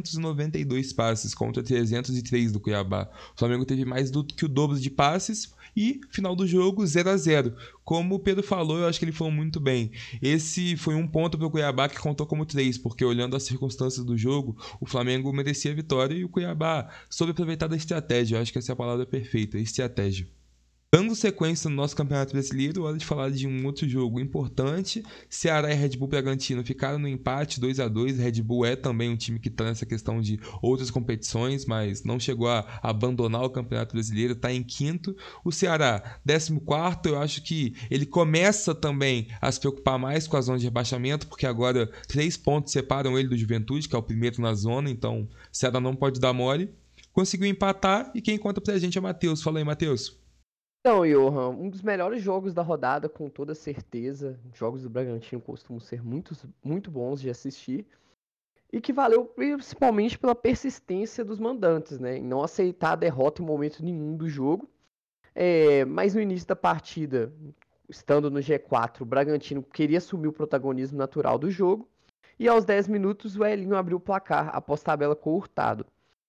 692 passes contra 303 do Cuiabá. O Flamengo teve mais do que o dobro de passes e, final do jogo, 0-0. Como o Pedro falou, eu acho que ele falou muito bem. Esse foi um ponto para o Cuiabá que contou como 3, porque olhando as circunstâncias do jogo, o Flamengo merecia a vitória e o Cuiabá soube aproveitar da estratégia. Eu acho que essa é a palavra perfeita, estratégia. Dando sequência no nosso Campeonato Brasileiro, hora de falar de um outro jogo importante. Ceará e Red Bull Bragantino ficaram no empate 2-2. Red Bull é também um time que está nessa questão de outras competições, mas não chegou a abandonar o Campeonato Brasileiro, está em quinto. O Ceará, 14º, eu acho que ele começa também a se preocupar mais com a zona de rebaixamento, porque agora 3 pontos separam ele do Juventude, que é o primeiro na zona, então o Ceará não pode dar mole. Conseguiu empatar e quem conta pra gente é Matheus. Fala aí, Matheus. Então, Johan, um dos melhores jogos da rodada, com toda certeza. Jogos do Bragantino costumam ser muito bons de assistir. E que valeu principalmente pela persistência dos mandantes, né? Em não aceitar a derrota em momento nenhum do jogo. Mas no início da partida, estando no G4, o Bragantino queria assumir o protagonismo natural do jogo. E aos 10 minutos, o Elinho abriu o placar após tabela com o Hurtado.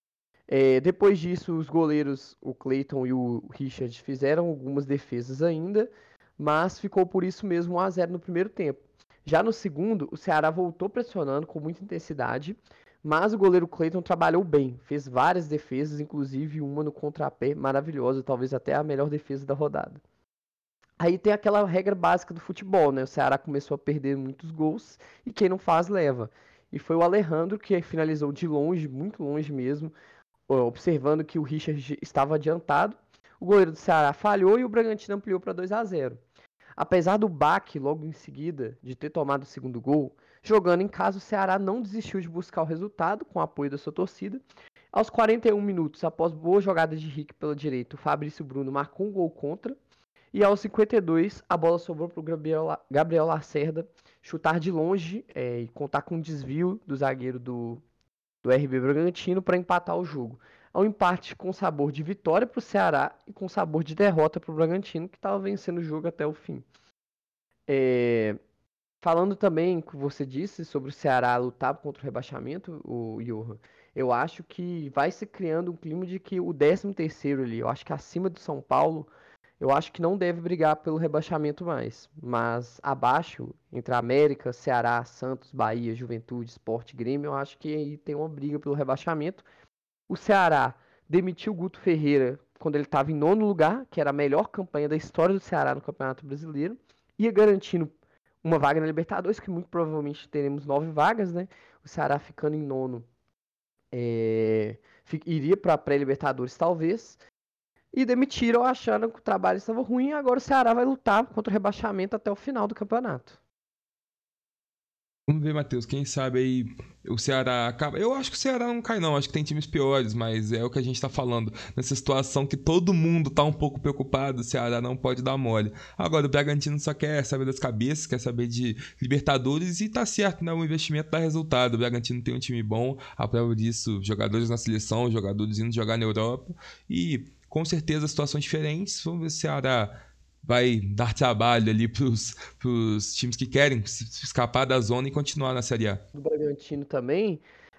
Depois disso, os goleiros, o Cleiton e o Richard, fizeram algumas defesas ainda, mas ficou por isso mesmo 1-0 no primeiro tempo. Já no segundo, o Ceará voltou pressionando com muita intensidade, mas o goleiro Cleiton trabalhou bem, fez várias defesas, inclusive uma no contrapé maravilhosa, talvez até a melhor defesa da rodada. Aí tem aquela regra básica do futebol, né? O Ceará começou a perder muitos gols e quem não faz leva. E foi o Alejandro que finalizou de longe, muito longe mesmo, observando que o Richard estava adiantado. O goleiro do Ceará falhou e o Bragantino ampliou para 2-0. Apesar do baque logo em seguida de ter tomado o segundo gol, Jogando em casa, o Ceará não desistiu de buscar o resultado com o apoio da sua torcida. Aos 41 minutos, após boa jogada de Rick pela direita, o Fabrício Bruno marcou um gol contra. E aos 52, a bola sobrou para o Gabriel Lacerda chutar de longe e contar com um desvio do zagueiro do RB Bragantino para empatar o jogo. Ao empate com sabor de vitória para o Ceará e com sabor de derrota para o Bragantino, que estava vencendo o jogo até o fim. Falando também que você disse sobre o Ceará lutar contra o rebaixamento, o Johan, eu acho que vai se criando um clima de que o 13º ali, eu acho que acima do São Paulo, eu acho que não deve brigar pelo rebaixamento mais. Mas abaixo, entre América, Ceará, Santos, Bahia, Juventude, Sport, Grêmio, eu acho que aí tem uma briga pelo rebaixamento. O Ceará demitiu o Guto Ferreira quando ele estava em 9º lugar, que era a melhor campanha da história do Ceará no Campeonato Brasileiro, ia garantindo uma vaga na Libertadores, que muito provavelmente teremos 9 vagas, né? O Ceará ficando em 9º iria para a pré-Libertadores talvez, e demitiram achando que o trabalho estava ruim, e agora o Ceará vai lutar contra o rebaixamento até o final do campeonato. Vamos ver, Matheus, quem sabe aí o Ceará acaba... Eu acho que o Ceará não cai não, acho que tem times piores, mas é o que a gente tá falando. Nessa situação que todo mundo tá um pouco preocupado, o Ceará não pode dar mole. Agora, o Bragantino só quer saber das cabeças, quer saber de Libertadores e tá certo, né? O investimento dá resultado. O Bragantino tem um time bom, a prova disso, jogadores na seleção, jogadores indo jogar na Europa e com certeza situações diferentes. Vamos ver se o Ceará vai dar trabalho ali pros times que querem escapar da zona e continuar na Série A. O Bragantino também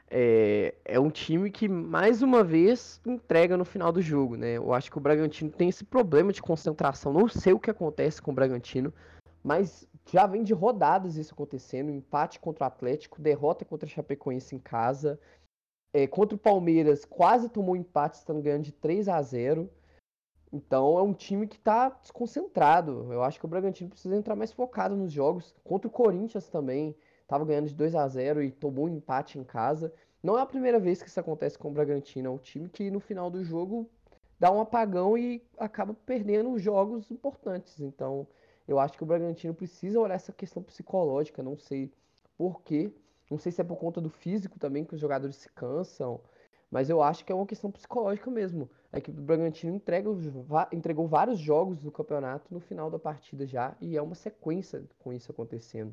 é um time que, mais uma vez, entrega no final do jogo, né? Eu acho que o Bragantino tem esse problema de concentração. Não sei o que acontece com o Bragantino, mas já vem de rodadas isso acontecendo. Empate contra o Atlético, derrota contra o Chapecoense em casa. Contra o Palmeiras, quase tomou empate, estando ganhando de 3-0. Então é um time que tá desconcentrado. Eu acho que o Bragantino precisa entrar mais focado nos jogos. Contra o Corinthians também, tava ganhando de 2-0 e tomou um empate em casa. Não é a primeira vez que isso acontece com o Bragantino. É um time que no final do jogo dá um apagão e acaba perdendo jogos importantes. Então eu acho que o Bragantino precisa olhar essa questão psicológica. Não sei por quê. Não sei se é por conta do físico também, que os jogadores se cansam. Mas eu acho que é uma questão psicológica mesmo. A equipe do Bragantino entregou vários jogos do campeonato no final da partida já, e é uma sequência com isso acontecendo.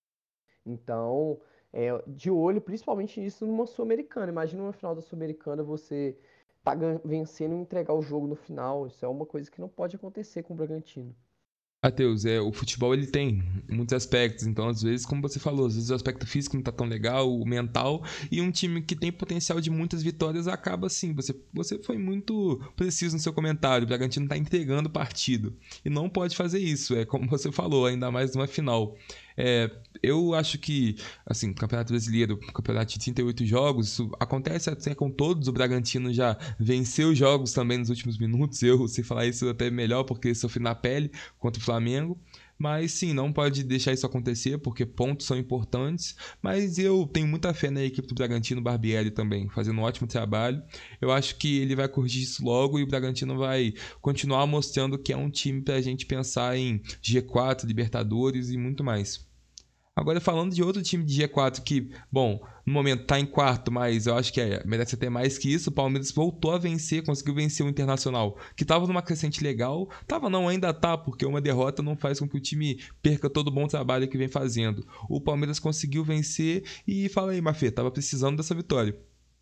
Então, de olho principalmente nisso numa Sul-Americana. Imagina uma final da Sul-Americana você tá vencendo e entregar o jogo no final. Isso é uma coisa que não pode acontecer com o Bragantino. Matheus, o futebol ele tem muitos aspectos, então às vezes, como você falou, às vezes o aspecto físico não tá tão legal, o mental, e um time que tem potencial de muitas vitórias acaba assim, você foi muito preciso no seu comentário, o Bragantino tá entregando o partido, e não pode fazer isso, como você falou, ainda mais numa final. Eu acho que, assim, Campeonato Brasileiro, campeonato de 38 jogos, isso acontece até com todos. O Bragantino já venceu jogos também nos últimos minutos. Eu sei falar isso até melhor porque sofri na pele contra o Flamengo. Mas sim, não pode deixar isso acontecer porque pontos são importantes. Mas eu tenho muita fé na equipe do Bragantino, Barbieri também, fazendo um ótimo trabalho. Eu acho que ele vai corrigir isso logo e o Bragantino vai continuar mostrando que é um time pra gente pensar em G4, Libertadores e muito mais. Agora falando de outro time de G4 que, bom, no momento tá em quarto, mas eu acho que merece até mais que isso. O Palmeiras voltou a vencer, conseguiu vencer o Internacional, que tava numa crescente legal. Tava não, ainda tá, porque uma derrota não faz com que o time perca todo o bom trabalho que vem fazendo. O Palmeiras conseguiu vencer e fala aí, Mafê, tava precisando dessa vitória.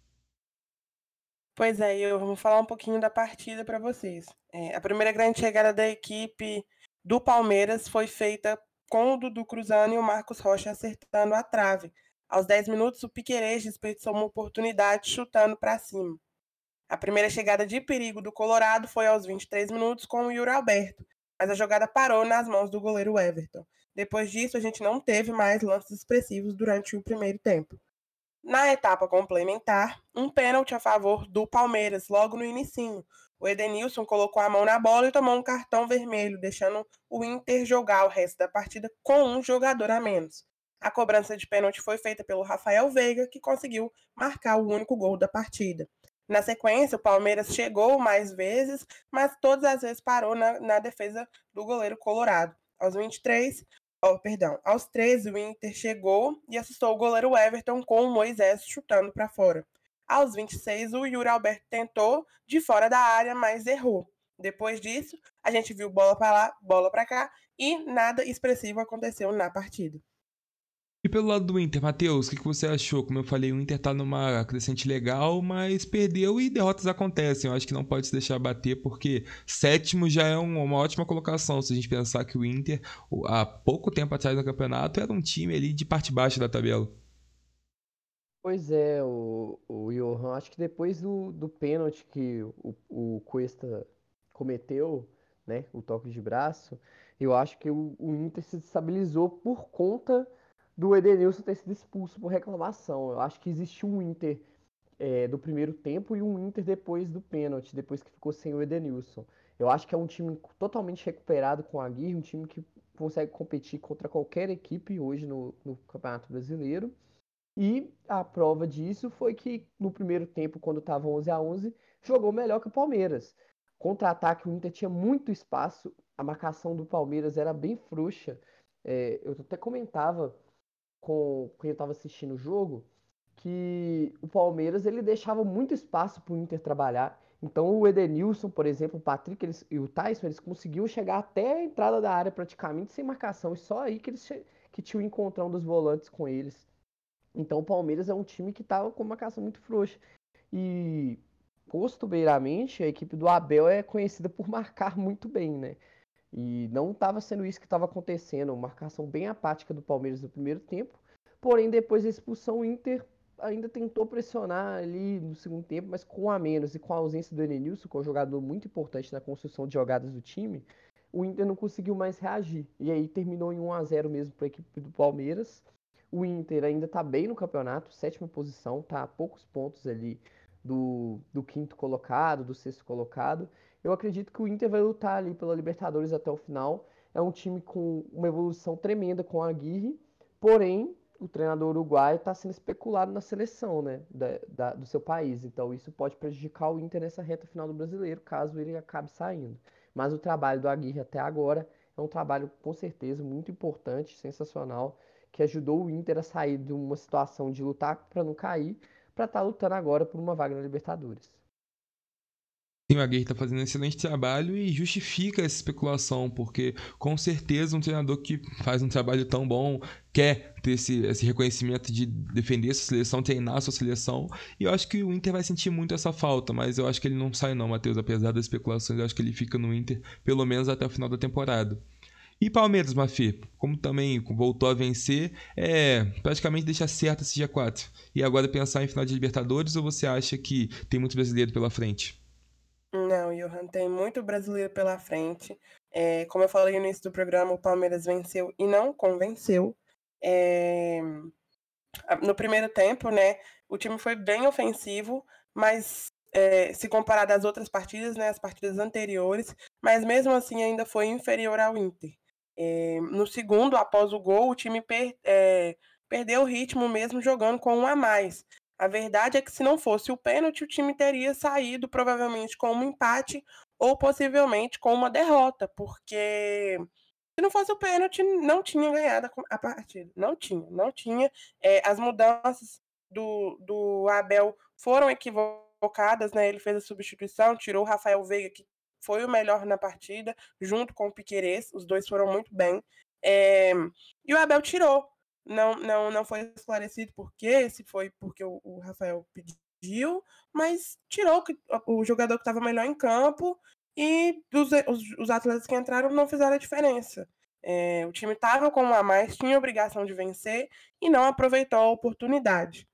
Pois é, eu vou falar um pouquinho da partida para vocês. A primeira grande chegada da equipe do Palmeiras foi feita com o Dudu cruzando e o Marcos Rocha acertando a trave. Aos 10 minutos, o Piquerez desperdiçou uma oportunidade chutando para cima. A primeira chegada de perigo do Colorado foi aos 23 minutos com o Yuri Alberto, mas a jogada parou nas mãos do goleiro Everton. Depois disso, a gente não teve mais lances expressivos durante o primeiro tempo. Na etapa complementar, um pênalti a favor do Palmeiras logo no inicinho. O Edenilson colocou a mão na bola e tomou um cartão vermelho, deixando o Inter jogar o resto da partida com um jogador a menos. A cobrança de pênalti foi feita pelo Rafael Veiga, que conseguiu marcar o único gol da partida. Na sequência, o Palmeiras chegou mais vezes, mas todas as vezes parou na defesa do goleiro colorado. Aos 23, Aos 13, o Inter chegou e assustou o goleiro Everton com o Moisés chutando para fora. Aos 26, o Yuri Alberto tentou de fora da área, mas errou. Depois disso, a gente viu bola para lá, bola para cá e nada expressivo aconteceu na partida. E pelo lado do Inter, Matheus, o que você achou? Como eu falei, o Inter tá numa crescente legal, mas perdeu e derrotas acontecem. Eu acho que não pode se deixar bater, porque sétimo já é uma ótima colocação. Se a gente pensar que o Inter, há pouco tempo atrás no campeonato, era um time ali de parte baixa da tabela. Pois é, o Johan, acho que depois do pênalti que o Cuesta cometeu, né, o toque de braço, eu acho que o Inter se estabilizou por conta do Edenilson ter sido expulso por reclamação. Eu acho que existiu um Inter do primeiro tempo e um Inter depois do pênalti, depois que ficou sem o Edenilson. Eu acho que é um time totalmente recuperado com a Aguirre, um time que consegue competir contra qualquer equipe hoje no Campeonato Brasileiro. E a prova disso foi que no primeiro tempo, quando estava 11-11, jogou melhor que o Palmeiras. Contra-ataque, o Inter tinha muito espaço, a marcação do Palmeiras era bem frouxa. Eu até comentava com quem estava assistindo o jogo que o Palmeiras ele deixava muito espaço para o Inter trabalhar. Então o Edenilson, por exemplo, o Patrick e o Tyson, eles conseguiam chegar até a entrada da área praticamente sem marcação. E só aí que tinha o encontrão dos volantes com eles. Então o Palmeiras é um time que estava com uma marcação muito frouxa. E costumeiramente a equipe do Abel é conhecida por marcar muito bem, né? E não estava sendo isso que estava acontecendo, uma marcação bem apática do Palmeiras no primeiro tempo. Porém, depois da expulsão, o Inter ainda tentou pressionar ali no segundo tempo, mas com a menos e com a ausência do Edenilson, que é um jogador muito importante na construção de jogadas do time, o Inter não conseguiu mais reagir. E aí terminou em 1-0 mesmo para a equipe do Palmeiras. O Inter ainda está bem no campeonato, sétima posição, está a poucos pontos ali do quinto colocado, do sexto colocado. Eu acredito que o Inter vai lutar ali pela Libertadores até o final. É um time com uma evolução tremenda com a Aguirre, porém o treinador uruguaio está sendo especulado na seleção, né, do seu país. Então isso pode prejudicar o Inter nessa reta final do Brasileiro, caso ele acabe saindo. Mas o trabalho do Aguirre até agora é um trabalho com certeza muito importante, sensacional, que ajudou o Inter a sair de uma situação de lutar para não cair, para estar lutando agora por uma vaga na Libertadores. Sim, o Aguirre está fazendo um excelente trabalho e justifica essa especulação, porque com certeza um treinador que faz um trabalho tão bom quer ter esse reconhecimento de defender sua seleção, treinar sua seleção, e eu acho que o Inter vai sentir muito essa falta, mas eu acho que ele não sai não, Matheus, apesar das especulações, eu acho que ele fica no Inter pelo menos até o final da temporada. E Palmeiras, Mafê, como também voltou a vencer, praticamente deixa certo esse G4. E agora pensar em final de Libertadores, ou você acha que tem muito brasileiro pela frente? Não, Johan, tem muito brasileiro pela frente. Como eu falei no início do programa, o Palmeiras venceu e não convenceu. No primeiro tempo, né, o time foi bem ofensivo, mas se comparado às outras partidas, né, as partidas anteriores, mas mesmo assim ainda foi inferior ao Inter. No segundo, após o gol, o time perdeu o ritmo mesmo jogando com um a mais. A verdade é que se não fosse o pênalti, o time teria saído provavelmente com um empate ou possivelmente com uma derrota, porque se não fosse o pênalti, não tinha ganhado a partida. Não tinha. As mudanças do Abel foram equivocadas, né? Ele fez a substituição, tirou o Rafael Veiga, que foi o melhor na partida, junto com o Piquerez. Os dois foram muito bem. E o Abel tirou. Não foi esclarecido por quê, se foi porque o Rafael pediu, mas tirou o jogador que estava melhor em campo e os atletas que entraram não fizeram a diferença. O time estava com um a mais, tinha a obrigação de vencer e não aproveitou a oportunidade.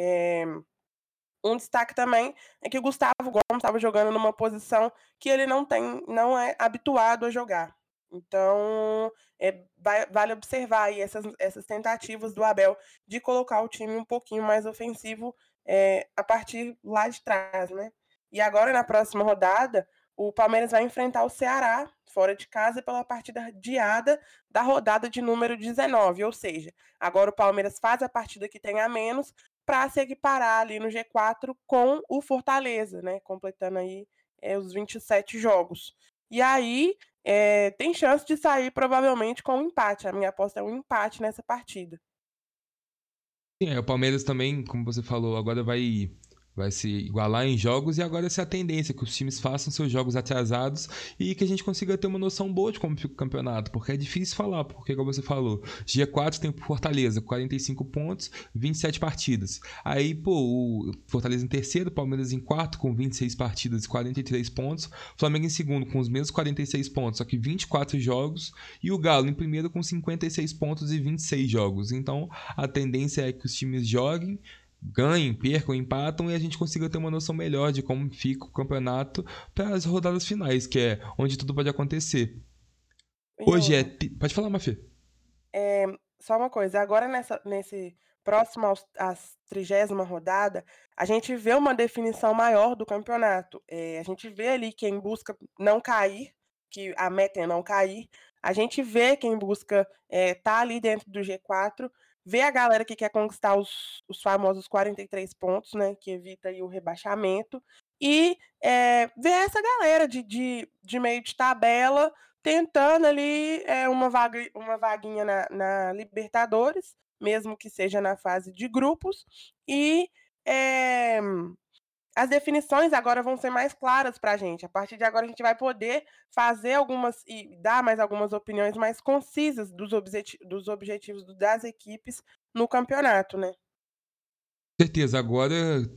Um destaque também é que o Gustavo Gomes estava jogando numa posição que ele não é habituado a jogar. Então, vale observar aí essas tentativas do Abel de colocar o time um pouquinho mais ofensivo a partir lá de trás, né? E agora, na próxima rodada, o Palmeiras vai enfrentar o Ceará, fora de casa, pela partida adiada da rodada de número 19. Ou seja, agora o Palmeiras faz a partida que tem a menos para se equiparar ali no G4 com o Fortaleza, né? Completando aí os 27 jogos. E aí tem chance de sair provavelmente com um empate. A minha aposta é um empate nessa partida. Sim, o Palmeiras também, como você falou, agora vai se igualar em jogos e agora essa é a tendência, que os times façam seus jogos atrasados e que a gente consiga ter uma noção boa de como fica o campeonato, porque é difícil falar, porque como você falou, G4 tem o Fortaleza, 45 pontos, 27 partidas. Aí, o Fortaleza em terceiro, Palmeiras em quarto com 26 partidas e 43 pontos, Flamengo em segundo com os mesmos 46 pontos, só que 24 jogos, e o Galo em primeiro com 56 pontos e 26 jogos. Então, a tendência é que os times joguem, ganhem, percam, empatam e a gente consiga ter uma noção melhor de como fica o campeonato para as rodadas finais, que é onde tudo pode acontecer. Hoje Pode falar, Mafê. Só uma coisa, agora nesse próximo à 30ª rodada, a gente vê uma definição maior do campeonato. A gente vê ali quem busca não cair, que a meta é não cair. A gente vê quem busca tá ali dentro do G4, vê a galera que quer conquistar os famosos 43 pontos, né, que evita aí o rebaixamento, e vê essa galera de meio de tabela tentando ali uma vaguinha na Libertadores, mesmo que seja na fase de grupos, e as definições agora vão ser mais claras para a gente. A partir de agora a gente vai poder fazer algumas e dar mais algumas opiniões mais concisas dos objetivos das equipes no campeonato, né? Com certeza, agora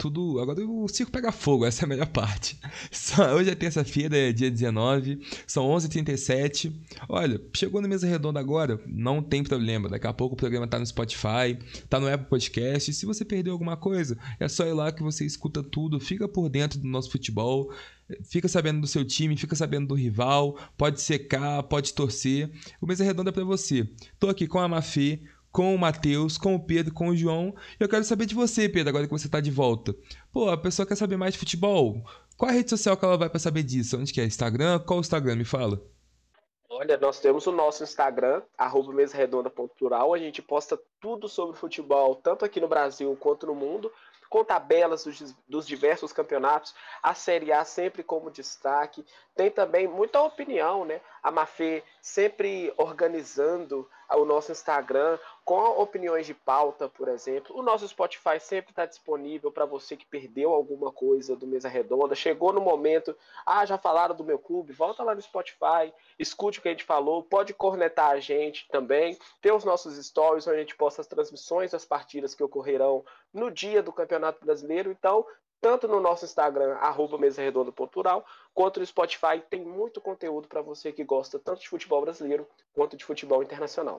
o circo pega fogo, essa é a melhor parte. Hoje é terça-feira, é dia 19, são 11h37. Olha, chegou na mesa redonda agora, não tem problema, daqui a pouco o programa tá no Spotify, tá no Apple Podcast, e se você perdeu alguma coisa, é só ir lá que você escuta tudo, fica por dentro do nosso futebol, fica sabendo do seu time, fica sabendo do rival, pode secar, pode torcer, o Mesa Redonda é pra você. Tô aqui com a Mafê, com o Matheus, com o Pedro, com o João. E eu quero saber de você, Pedro, agora que você tá de volta. A pessoa quer saber mais de futebol. Qual a rede social que ela vai pra saber disso? Onde que é? Instagram? Qual o Instagram? Me fala. Olha, nós temos o nosso Instagram, @mesaredonda.plural. A gente posta tudo sobre futebol, tanto aqui no Brasil quanto no mundo, com tabelas dos diversos campeonatos, a Série A sempre como destaque. Tem também muita opinião, né? A Mafê sempre organizando o nosso Instagram com opiniões de pauta, por exemplo. O nosso Spotify sempre está disponível para você que perdeu alguma coisa do Mesa Redonda. Chegou no momento, já falaram do meu clube, volta lá no Spotify, escute o que a gente falou, pode cornetar a gente também. Tem os nossos stories, onde a gente posta as transmissões das partidas que ocorrerão no dia do Campeonato Brasileiro. Então, tanto no nosso Instagram, @mesaredonda.plural, quanto no Spotify, tem muito conteúdo para você que gosta tanto de futebol brasileiro quanto de futebol internacional.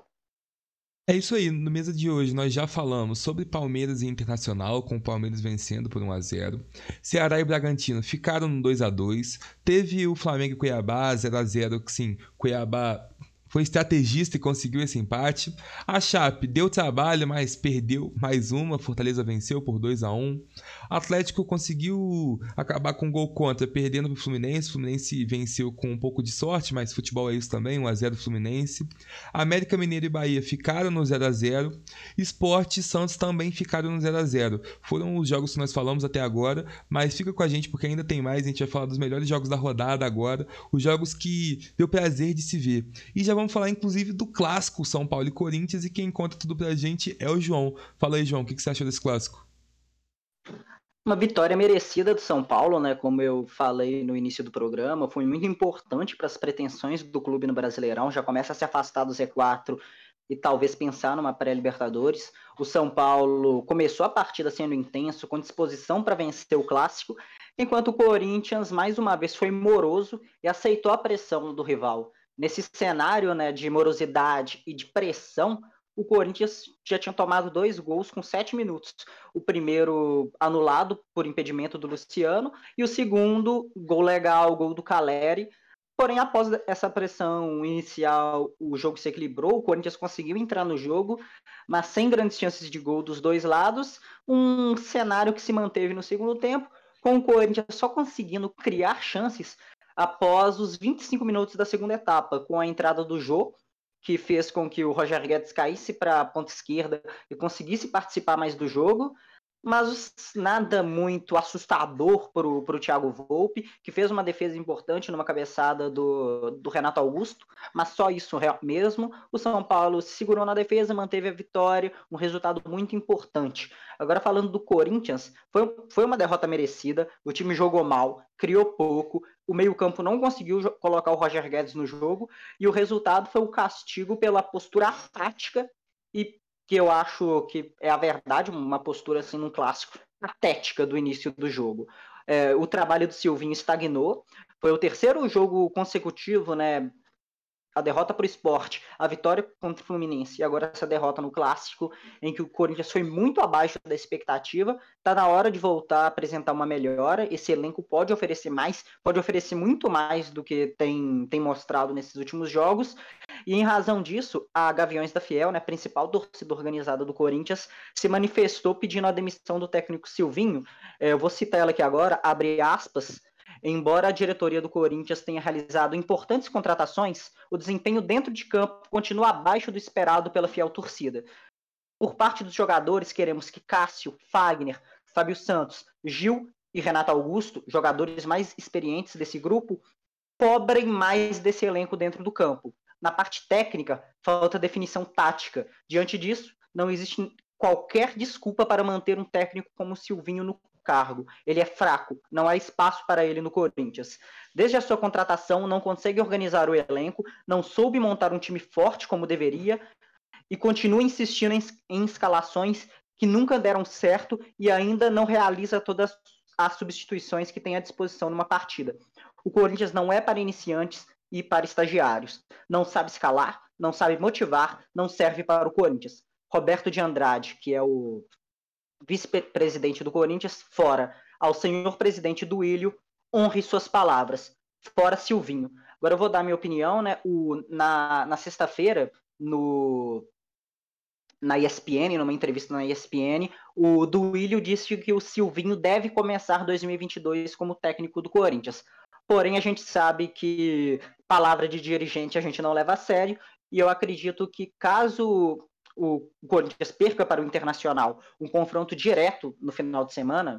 É isso aí, no mesa de hoje nós já falamos sobre Palmeiras e Internacional, com o Palmeiras vencendo por 1-0. Ceará e Bragantino ficaram no 2-2. Teve o Flamengo e Cuiabá 0-0, que sim, Cuiabá foi estrategista e conseguiu esse empate. A Chape deu trabalho, mas perdeu mais uma. Fortaleza venceu por 2-1. Atlético conseguiu acabar com um gol contra, perdendo para o Fluminense. O Fluminense venceu com um pouco de sorte, mas futebol é isso também, 1-0 Fluminense. América Mineiro e Bahia ficaram no 0-0. Sport e Santos também ficaram no 0-0. Foram os jogos que nós falamos até agora, mas fica com a gente porque ainda tem mais. A gente vai falar dos melhores jogos da rodada agora, os jogos que deu prazer de se ver. E já vamos falar inclusive do clássico São Paulo e Corinthians, e quem conta tudo pra gente é o João. Fala aí, João, o que você achou desse clássico? Uma vitória merecida do São Paulo, né? Como eu falei no início do programa, foi muito importante para as pretensões do clube no Brasileirão. Já começa a se afastar do Z4 e talvez pensar numa pré-Libertadores. O São Paulo começou a partida sendo intenso, com disposição para vencer o clássico, enquanto o Corinthians, mais uma vez, foi moroso e aceitou a pressão do rival. Nesse cenário, né, de morosidade e de pressão, o Corinthians já tinha tomado 2 gols com 7 minutos. O primeiro anulado por impedimento do Luciano e o segundo, gol legal, gol do Caleri. Porém, após essa pressão inicial, o jogo se equilibrou, o Corinthians conseguiu entrar no jogo, mas sem grandes chances de gol dos dois lados. Um cenário que se manteve no segundo tempo, com o Corinthians só conseguindo criar chances após os 25 minutos da segunda etapa, com a entrada do Jô, que fez com que o Roger Guedes caísse para a ponta esquerda e conseguisse participar mais do jogo. mas nada muito assustador pro Thiago Volpe, que fez uma defesa importante numa cabeçada do Renato Augusto, mas só isso mesmo. O São Paulo se segurou na defesa, manteve a vitória, um resultado muito importante. Agora falando do Corinthians, foi uma derrota merecida, o time jogou mal, criou pouco, o meio-campo não conseguiu colocar o Roger Guedes no jogo, e o resultado foi o castigo pela postura tática e que eu acho que é a verdade, uma postura assim num clássico, patética do início do jogo. O trabalho do Silvinho estagnou, foi o terceiro jogo consecutivo, né? A derrota para o Sport, a vitória contra o Fluminense e agora essa derrota no Clássico, em que o Corinthians foi muito abaixo da expectativa. Está na hora de voltar a apresentar uma melhora. Esse elenco pode oferecer mais, pode oferecer muito mais do que tem mostrado nesses últimos jogos. E em razão disso, a Gaviões da Fiel, né, principal torcida organizada do Corinthians, se manifestou pedindo a demissão do técnico Silvinho. Eu vou citar ela aqui agora, abre aspas. Embora a diretoria do Corinthians tenha realizado importantes contratações, o desempenho dentro de campo continua abaixo do esperado pela fiel torcida. Por parte dos jogadores, queremos que Cássio, Fagner, Fábio Santos, Gil e Renato Augusto, jogadores mais experientes desse grupo, cobrem mais desse elenco dentro do campo. Na parte técnica, falta definição tática. Diante disso, não existe qualquer desculpa para manter um técnico como o Silvinho no cargo. Ele é fraco, não há espaço para ele no Corinthians. Desde a sua contratação, não consegue organizar o elenco, não soube montar um time forte como deveria e continua insistindo em escalações que nunca deram certo e ainda não realiza todas as substituições que tem à disposição numa partida. O Corinthians não é para iniciantes e para estagiários. Não sabe escalar, não sabe motivar, não serve para o Corinthians. Roberto de Andrade, que é o vice-presidente do Corinthians, fora. Ao senhor presidente do Duílio, honre suas palavras. Fora Silvinho. Agora eu vou dar minha opinião, né? Na sexta-feira, na ESPN, numa entrevista na ESPN, o Duílio disse que o Silvinho deve começar 2022 como técnico do Corinthians. Porém, a gente sabe que palavra de dirigente a gente não leva a sério, e eu acredito que caso o Corinthians perca para o Internacional um confronto direto no final de semana,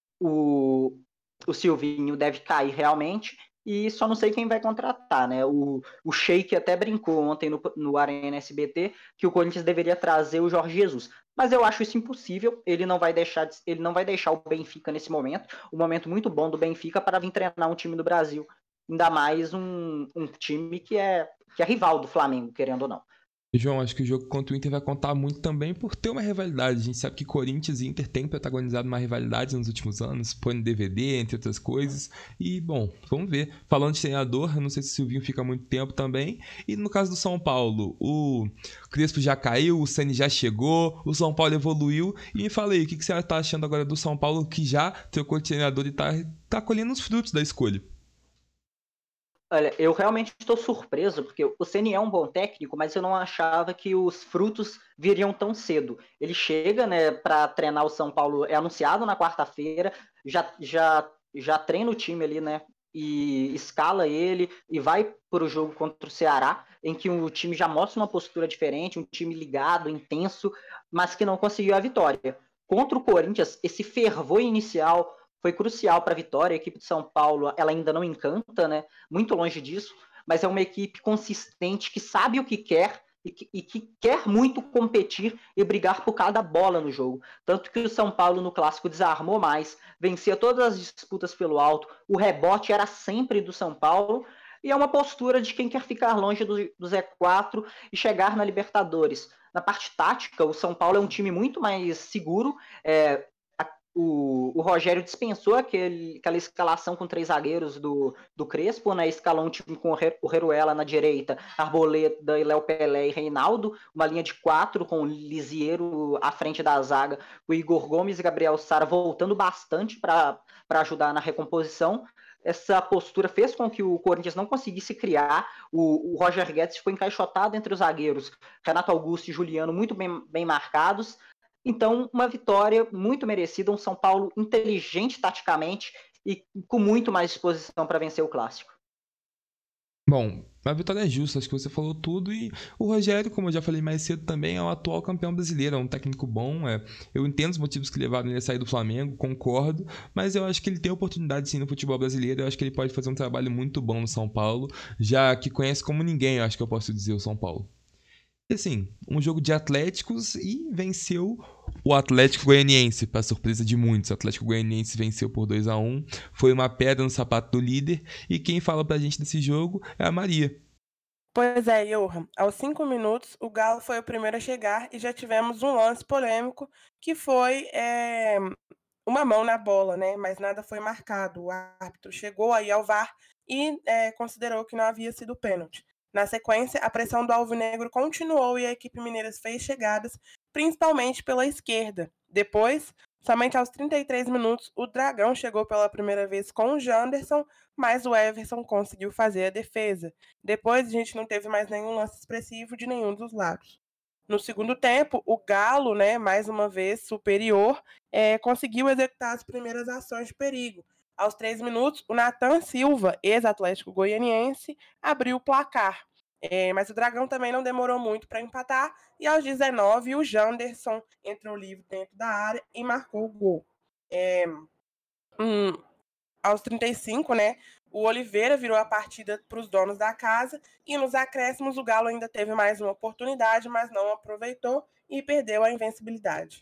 o Silvinho deve cair realmente, e só não sei quem vai contratar, né? O Sheik até brincou ontem no Arena SBT que o Corinthians deveria trazer o Jorge Jesus, mas eu acho isso impossível. Ele não vai deixar o Benfica nesse momento, um momento muito bom do Benfica para vir treinar um time do Brasil, ainda mais um time que é rival do Flamengo, querendo ou não. João, acho que o jogo contra o Inter vai contar muito também por ter uma rivalidade. A gente sabe que Corinthians e Inter têm protagonizado uma rivalidade nos últimos anos, põe no DVD, entre outras coisas. E, bom, vamos ver. Falando de treinador, eu não sei se o Silvinho fica muito tempo também. E no caso do São Paulo, o Crespo já caiu, o Ceni já chegou, o São Paulo evoluiu. E me fala aí, o que você está achando agora do São Paulo, que já trocou de treinador e tá colhendo os frutos da escolha? Olha, eu realmente estou surpreso, porque o Ceni é um bom técnico, mas eu não achava que os frutos viriam tão cedo. Ele chega, né, para treinar o São Paulo, é anunciado na quarta-feira, já treina o time ali, né, e escala ele e vai para o jogo contra o Ceará, em que o time já mostra uma postura diferente, um time ligado, intenso, mas que não conseguiu a vitória. Contra o Corinthians, esse fervor inicial foi crucial para a vitória. A equipe de São Paulo, ela ainda não encanta, né? Muito longe disso, mas é uma equipe consistente, que sabe o que quer e que quer muito competir e brigar por cada bola no jogo. Tanto que o São Paulo no Clássico desarmou mais, vencia todas as disputas pelo alto, o rebote era sempre do São Paulo, e é uma postura de quem quer ficar longe do Z4 e chegar na Libertadores. Na parte tática, o São Paulo é um time muito mais seguro. O Rogério dispensou aquela escalação com 3 zagueiros do Crespo, né? Escalou um time com o Heruela na direita, Arboleda, Léo Pelé e Reinaldo, uma linha de 4 com o Lisiero à frente da zaga, o Igor Gomes e Gabriel Sara voltando bastante para ajudar na recomposição. Essa postura fez com que o Corinthians não conseguisse criar. O Roger Guedes ficou encaixotado entre os zagueiros, Renato Augusto e Juliano muito bem marcados. Então, uma vitória muito merecida, um São Paulo inteligente taticamente e com muito mais disposição para vencer o Clássico. Bom, Uma vitória justa, acho que você falou tudo. E o Rogério, como eu já falei mais cedo, também é o atual campeão brasileiro, é um técnico bom. Eu entendo os motivos que levaram ele a sair do Flamengo, concordo, mas eu acho que ele tem oportunidade sim no futebol brasileiro. Eu acho que ele pode fazer um trabalho muito bom no São Paulo, já que conhece como ninguém, eu acho que eu posso dizer, o São Paulo. E assim, um jogo de Atléticos e venceu o Atlético Goianiense, para surpresa de muitos. O Atlético Goianiense venceu por 2-1, foi uma pedra no sapato do líder, e quem fala pra gente desse jogo é a Maria. Pois é, Johan. Aos 5 minutos, o Galo foi o primeiro a chegar e já tivemos um lance polêmico que foi uma mão na bola, né? Mas nada foi marcado. O árbitro chegou aí ao VAR e considerou que não havia sido pênalti. Na sequência, a pressão do Alvinegro continuou e a equipe mineira fez chegadas, principalmente pela esquerda. Depois, somente aos 33 minutos, o Dragão chegou pela primeira vez com o Janderson, mas o Everson conseguiu fazer a defesa. Depois, a gente não teve mais nenhum lance expressivo de nenhum dos lados. No segundo tempo, o Galo, né, mais uma vez superior, conseguiu executar as primeiras ações de perigo. Aos 3 minutos, o Nathan Silva, ex-Atlético Goianiense, abriu o placar. Mas o Dragão também não demorou muito para empatar, e aos 19, o Janderson entrou livre dentro da área e marcou o gol. Aos 35, né, o Oliveira virou a partida para os donos da casa, e nos acréscimos o Galo ainda teve mais uma oportunidade, mas não aproveitou e perdeu a invencibilidade.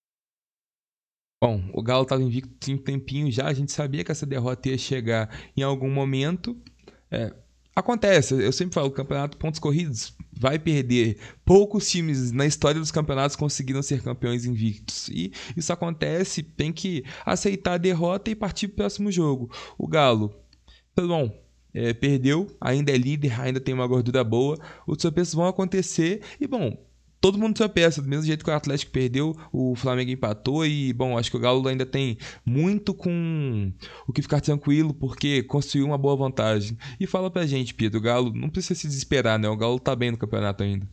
Bom, o Galo estava invicto tinha um tempinho já, a gente sabia que essa derrota ia chegar em algum momento. Acontece, eu sempre falo, o campeonato pontos corridos vai perder. Poucos times na história dos campeonatos conseguiram ser campeões invictos. E isso acontece, tem que aceitar a derrota e partir para o próximo jogo. O Galo, bom, perdeu, ainda é líder, ainda tem uma gordura boa. Os tropeços vão acontecer e, bom, todo mundo tropeça. Do mesmo jeito que o Atlético perdeu, o Flamengo empatou e, bom, acho que o Galo ainda tem muito com o que ficar tranquilo, porque construiu uma boa vantagem. E fala pra gente, Pedro, o Galo não precisa se desesperar, né? O Galo tá bem no campeonato ainda.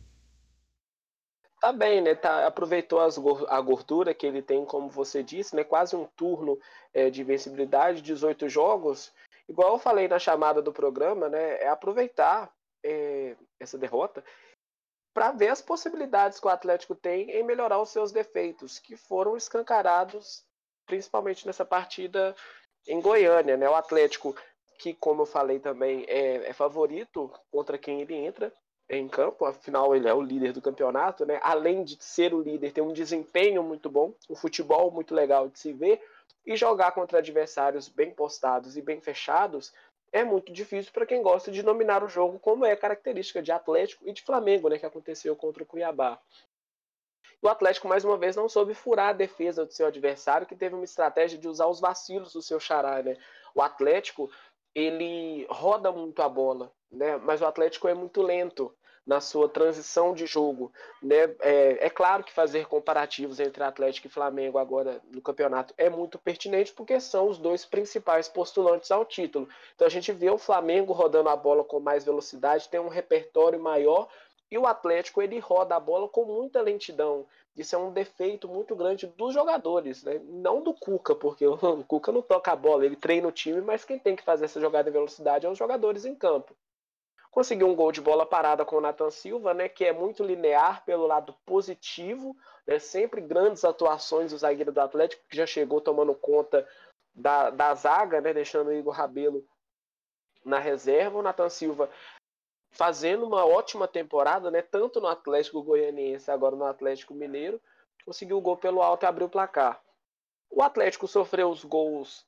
Tá bem, né? Aproveitou a gordura que ele tem, como você disse, né? Quase um turno de invencibilidade, 18 jogos. Igual eu falei na chamada do programa, né? É aproveitar essa derrota para ver as possibilidades que o Atlético tem em melhorar os seus defeitos, que foram escancarados principalmente nessa partida em Goiânia, né? O Atlético, que como eu falei também, é favorito contra quem ele entra em campo, afinal ele é o líder do campeonato, né? Além de ser o líder, tem um desempenho muito bom, um futebol muito legal de se ver, e jogar contra adversários bem postados e bem fechados é muito difícil para quem gosta de dominar o jogo, como é característica de Atlético e de Flamengo, né, que aconteceu contra o Cuiabá. O Atlético, mais uma vez, não soube furar a defesa do seu adversário, que teve uma estratégia de usar os vacilos do seu xará, né? O Atlético, ele roda muito a bola, né? Mas o Atlético é muito lento na sua transição de jogo, né? É claro que fazer comparativos entre Atlético e Flamengo agora no campeonato é muito pertinente, porque são os dois principais postulantes ao título. Então a gente vê o Flamengo rodando a bola com mais velocidade, tem um repertório maior, e o Atlético, ele roda a bola com muita lentidão. Isso é um defeito muito grande dos jogadores, né? Não do Cuca, porque o Cuca não toca a bola, ele treina o time, mas quem tem que fazer essa jogada em velocidade é os jogadores em campo. Conseguiu um gol de bola parada com o Nathan Silva, né, que é muito linear pelo lado positivo, né, sempre grandes atuações do zagueiro do Atlético, que já chegou tomando conta da zaga, né, deixando o Igor Rabelo na reserva. O Nathan Silva fazendo uma ótima temporada, né, tanto no Atlético Goianiense, agora no Atlético Mineiro, conseguiu o gol pelo alto e abriu o placar. O Atlético sofreu os gols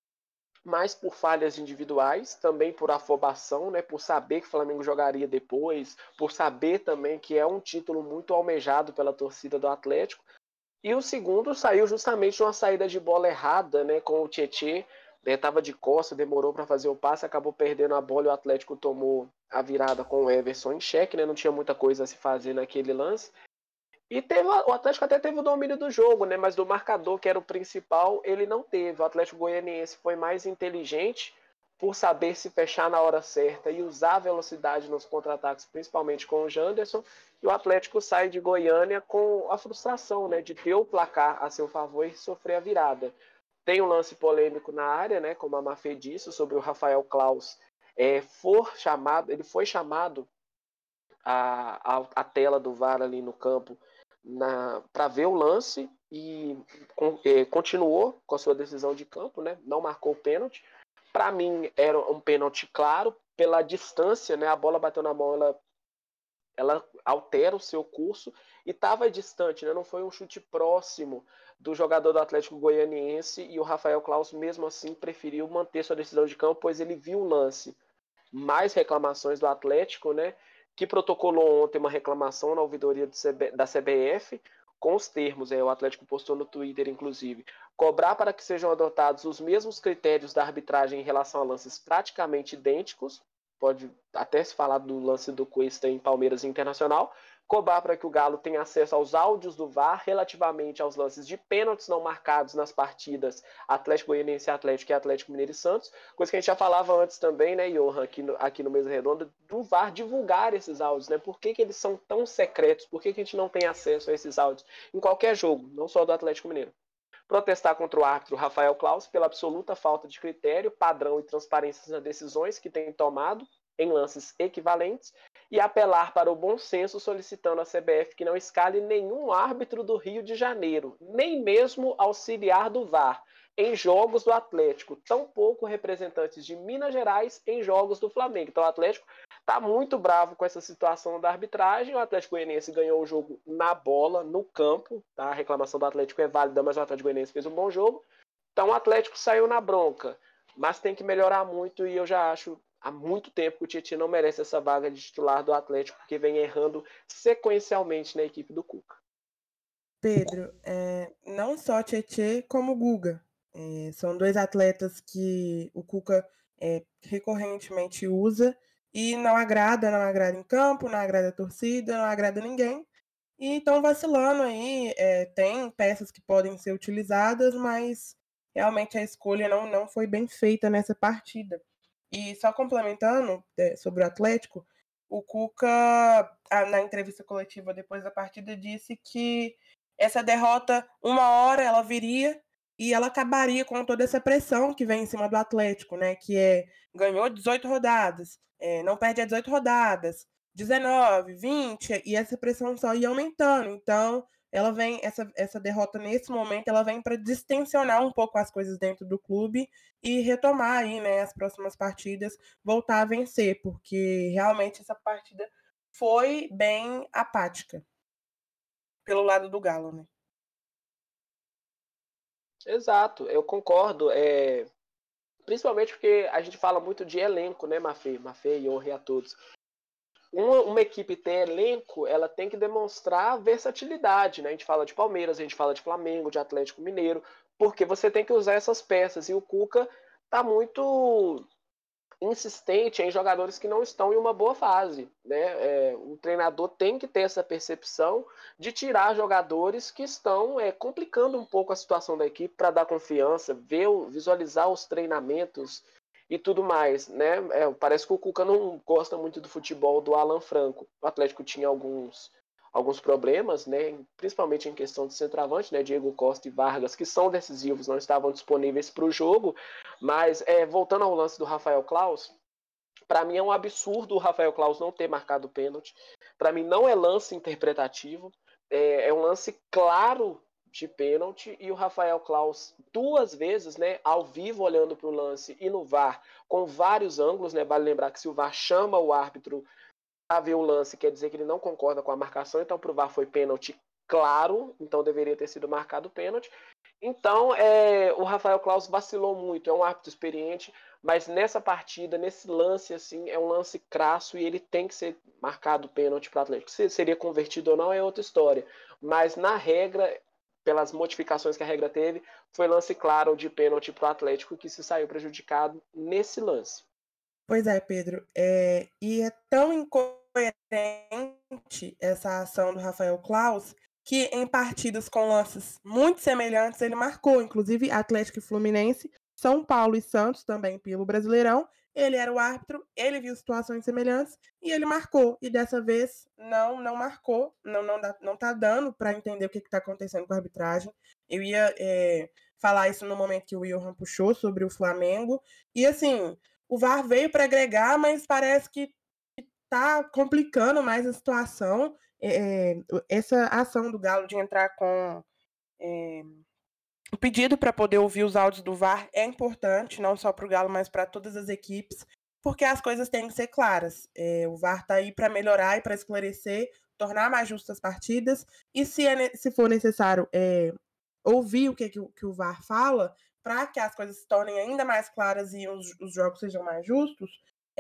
mais por falhas individuais, também por afobação, né, por saber que o Flamengo jogaria depois, por saber também que é um título muito almejado pela torcida do Atlético. E o segundo saiu justamente de uma saída de bola errada, né, com o Tietê, estava de costa, demorou para fazer o passe, acabou perdendo a bola e o Atlético tomou a virada com o Everson em xeque, né, não tinha muita coisa a se fazer naquele lance. E o Atlético até teve o domínio do jogo, né? Mas do marcador, que era o principal, ele não teve. O Atlético Goianiense foi mais inteligente por saber se fechar na hora certa e usar a velocidade nos contra-ataques, principalmente com o Janderson. E o Atlético sai de Goiânia com a frustração, né, de ter o placar a seu favor e sofrer a virada. Tem um lance polêmico na área, né, como a Mafê disse, sobre o Rafael Claus ele foi chamado a tela do VAR ali no campo para ver o lance e continuou com a sua decisão de campo, né? Não marcou o pênalti. Para mim era um pênalti claro pela distância, né? A bola bateu na mão, ela altera o seu curso e estava distante, né? Não foi um chute próximo do jogador do Atlético Goianiense e o Rafael Claus mesmo assim preferiu manter sua decisão de campo, pois ele viu o lance. Mais reclamações do Atlético, né? Que protocolou ontem uma reclamação na ouvidoria da CBF com os termos, o Atlético postou no Twitter, inclusive, cobrar para que sejam adotados os mesmos critérios da arbitragem em relação a lances praticamente idênticos, pode até se falar do lance do Cuesta em Palmeiras Internacional, cobrar para que o Galo tenha acesso aos áudios do VAR relativamente aos lances de pênaltis não marcados nas partidas Atlético Goianiense Atlético e Atlético Mineiro e Santos, coisa que a gente já falava antes também, né, Johan, aqui no Mesa Redonda, do VAR divulgar esses áudios, né? Por que eles são tão secretos? Por que a gente não tem acesso a esses áudios em qualquer jogo, não só do Atlético Mineiro? Protestar contra o árbitro Rafael Claus pela absoluta falta de critério, padrão e transparência nas decisões que tem tomado em lances equivalentes e apelar para o bom senso solicitando à CBF que não escale nenhum árbitro do Rio de Janeiro, nem mesmo auxiliar do VAR, em jogos do Atlético, tampouco representantes de Minas Gerais em jogos do Flamengo. Então o Atlético está muito bravo com essa situação da arbitragem. O Atlético Goianiense ganhou o jogo na bola, no campo. Tá? A reclamação do Atlético é válida, mas o Atlético Goianiense fez um bom jogo. Então o Atlético saiu na bronca, mas tem que melhorar muito e eu já acho há muito tempo que o Tietchan não merece essa vaga de titular do Atlético, porque vem errando sequencialmente na equipe do Cuca. Pedro, não só Tietchan como Guga. São dois atletas que o Cuca recorrentemente usa e não agrada em campo, não agrada a torcida, não agrada ninguém. E estão vacilando aí, tem peças que podem ser utilizadas, mas realmente a escolha não foi bem feita nessa partida. E só complementando sobre o Atlético, o Cuca, na entrevista coletiva depois da partida, disse que essa derrota, uma hora ela viria e ela acabaria com toda essa pressão que vem em cima do Atlético, né? Que ganhou 18 rodadas, não perde a 18 rodadas, 19, 20, e essa pressão só ia aumentando. Então, ela vem, essa derrota nesse momento, ela vem para distensionar um pouco as coisas dentro do clube e retomar aí, né, as próximas partidas, voltar a vencer, porque realmente essa partida foi bem apática pelo lado do Galo, né? Exato, eu concordo. Principalmente porque a gente fala muito de elenco, né, Mafê, Johan e a todos. Uma equipe ter elenco, ela tem que demonstrar versatilidade, né? A gente fala de Palmeiras, a gente fala de Flamengo, de Atlético Mineiro, porque você tem que usar essas peças. E o Cuca tá muito insistente em jogadores que não estão em uma boa fase, né? O treinador tem que ter essa percepção de tirar jogadores que estão complicando um pouco a situação da equipe para dar confiança, visualizar os treinamentos e tudo mais, né? Parece que o Cuca não gosta muito do futebol do Alan Franco. O Atlético tinha alguns problemas, né? Principalmente em questão de centroavante, né? Diego Costa e Vargas, que são decisivos, não estavam disponíveis para o jogo. Mas, voltando ao lance do Rafael Claus, para mim é um absurdo o Rafael Claus não ter marcado o pênalti. Para mim não é lance interpretativo, é um lance claro de pênalti, e o Rafael Claus 2 vezes, né, ao vivo olhando para o lance e no VAR, com vários ângulos, né? Vale lembrar que se o VAR chama o árbitro a ver o lance, quer dizer que ele não concorda com a marcação, então pro VAR foi pênalti claro, então deveria ter sido marcado o pênalti. Então, o Rafael Claus vacilou muito, é um árbitro experiente, mas nessa partida, nesse lance, assim, é um lance crasso e ele tem que ser marcado pênalti para o Atlético. Se seria convertido ou não é outra história, mas na regra, pelas modificações que a regra teve, foi lance claro de pênalti para o Atlético que se saiu prejudicado nesse lance. Pois é, Pedro, e é tão incoerente essa ação do Rafael Claus que em partidas com lances muito semelhantes ele marcou, inclusive Atlético e Fluminense, São Paulo e Santos também pelo Brasileirão. Ele era o árbitro, ele viu situações semelhantes e ele marcou. E dessa vez não marcou, não tá dando para entender o que está acontecendo com a arbitragem. Eu ia falar isso no momento que o Johan puxou sobre o Flamengo. E assim, o VAR veio para agregar, mas parece que está complicando mais a situação. Essa ação do Galo de entrar com o pedido para poder ouvir os áudios do VAR é importante, não só para o Galo, mas para todas as equipes, porque as coisas têm que ser claras. O VAR está aí para melhorar e para esclarecer, tornar mais justas as partidas, e se for necessário ouvir o que o VAR fala, para que as coisas se tornem ainda mais claras e os jogos sejam mais justos,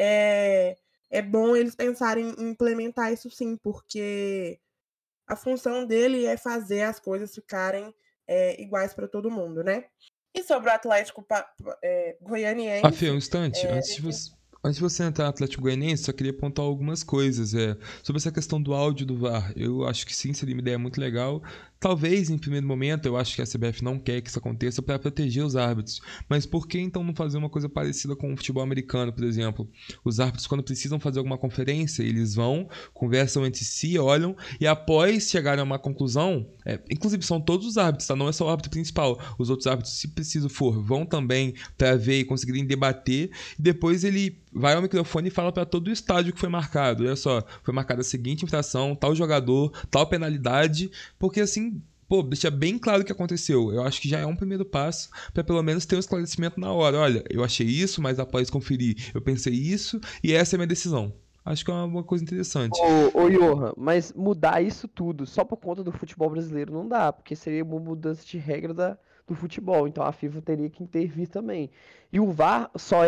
é bom eles pensarem em implementar isso sim, porque a função dele é fazer as coisas ficarem iguais para todo mundo, né? E sobre o Atlético Goianiense... Fê, um instante. Antes de você entrar no Atlético Goianiense, só queria apontar algumas coisas. Sobre essa questão do áudio do VAR, eu acho que sim, seria uma ideia muito legal. Talvez, em primeiro momento, eu acho que a CBF não quer que isso aconteça para proteger os árbitros. Mas por que então não fazer uma coisa parecida com o futebol americano, por exemplo? Os árbitros, quando precisam fazer alguma conferência, eles vão, conversam entre si, olham, e após chegarem a uma conclusão, inclusive são todos os árbitros, tá? Não é só o árbitro principal. Os outros árbitros, se preciso for, vão também para ver e conseguirem debater, e depois ele vai ao microfone e fala para todo o estádio que foi marcado. Olha só, foi marcada a seguinte infração, tal jogador, tal penalidade, porque assim, deixa bem claro o que aconteceu. Eu acho que já é um primeiro passo para pelo menos ter um esclarecimento na hora. Olha, eu achei isso, mas após conferir, eu pensei isso e essa é a minha decisão. Acho que é uma coisa interessante. Ô Johan, mas mudar isso tudo só por conta do futebol brasileiro não dá, porque seria uma mudança de regra do futebol, então a FIFA teria que intervir também. E o VAR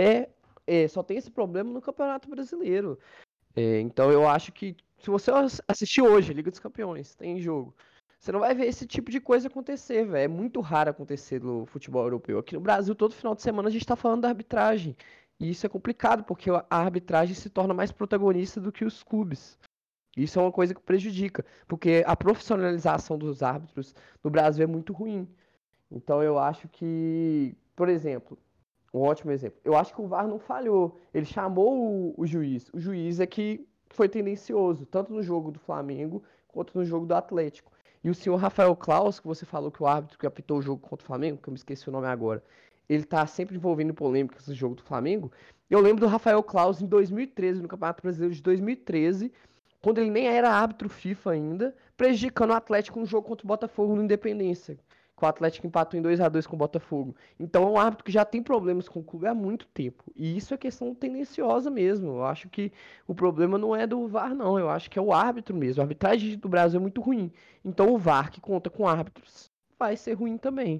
só tem esse problema no Campeonato Brasileiro. Então eu acho que se você assistir hoje, Liga dos Campeões, tem jogo, você não vai ver esse tipo de coisa acontecer, velho. É muito raro acontecer no futebol europeu. Aqui no Brasil, todo final de semana a gente tá falando da arbitragem. E isso é complicado, porque a arbitragem se torna mais protagonista do que os clubes. Isso é uma coisa que prejudica, porque a profissionalização dos árbitros no Brasil é muito ruim. Então eu acho que, por exemplo, um ótimo exemplo. Eu acho que o VAR não falhou. Ele chamou o juiz. O juiz é que foi tendencioso, tanto no jogo do Flamengo quanto no jogo do Atlético. E o senhor Rafael Claus, que você falou que o árbitro que apitou o jogo contra o Flamengo, que eu me esqueci o nome agora, ele tá sempre envolvendo em polêmicas no jogo do Flamengo. Eu lembro do Rafael Claus em 2013, no Campeonato Brasileiro de 2013, quando ele nem era árbitro FIFA ainda, prejudicando o Atlético no jogo contra o Botafogo no Independência. Que o Atlético empatou em 2-2 com o Botafogo. Então é um árbitro que já tem problemas com o clube há muito tempo. E isso é questão tendenciosa mesmo. Eu acho que o problema não é do VAR, não. Eu acho que é o árbitro mesmo. A arbitragem do Brasil é muito ruim. Então o VAR, que conta com árbitros, vai ser ruim também.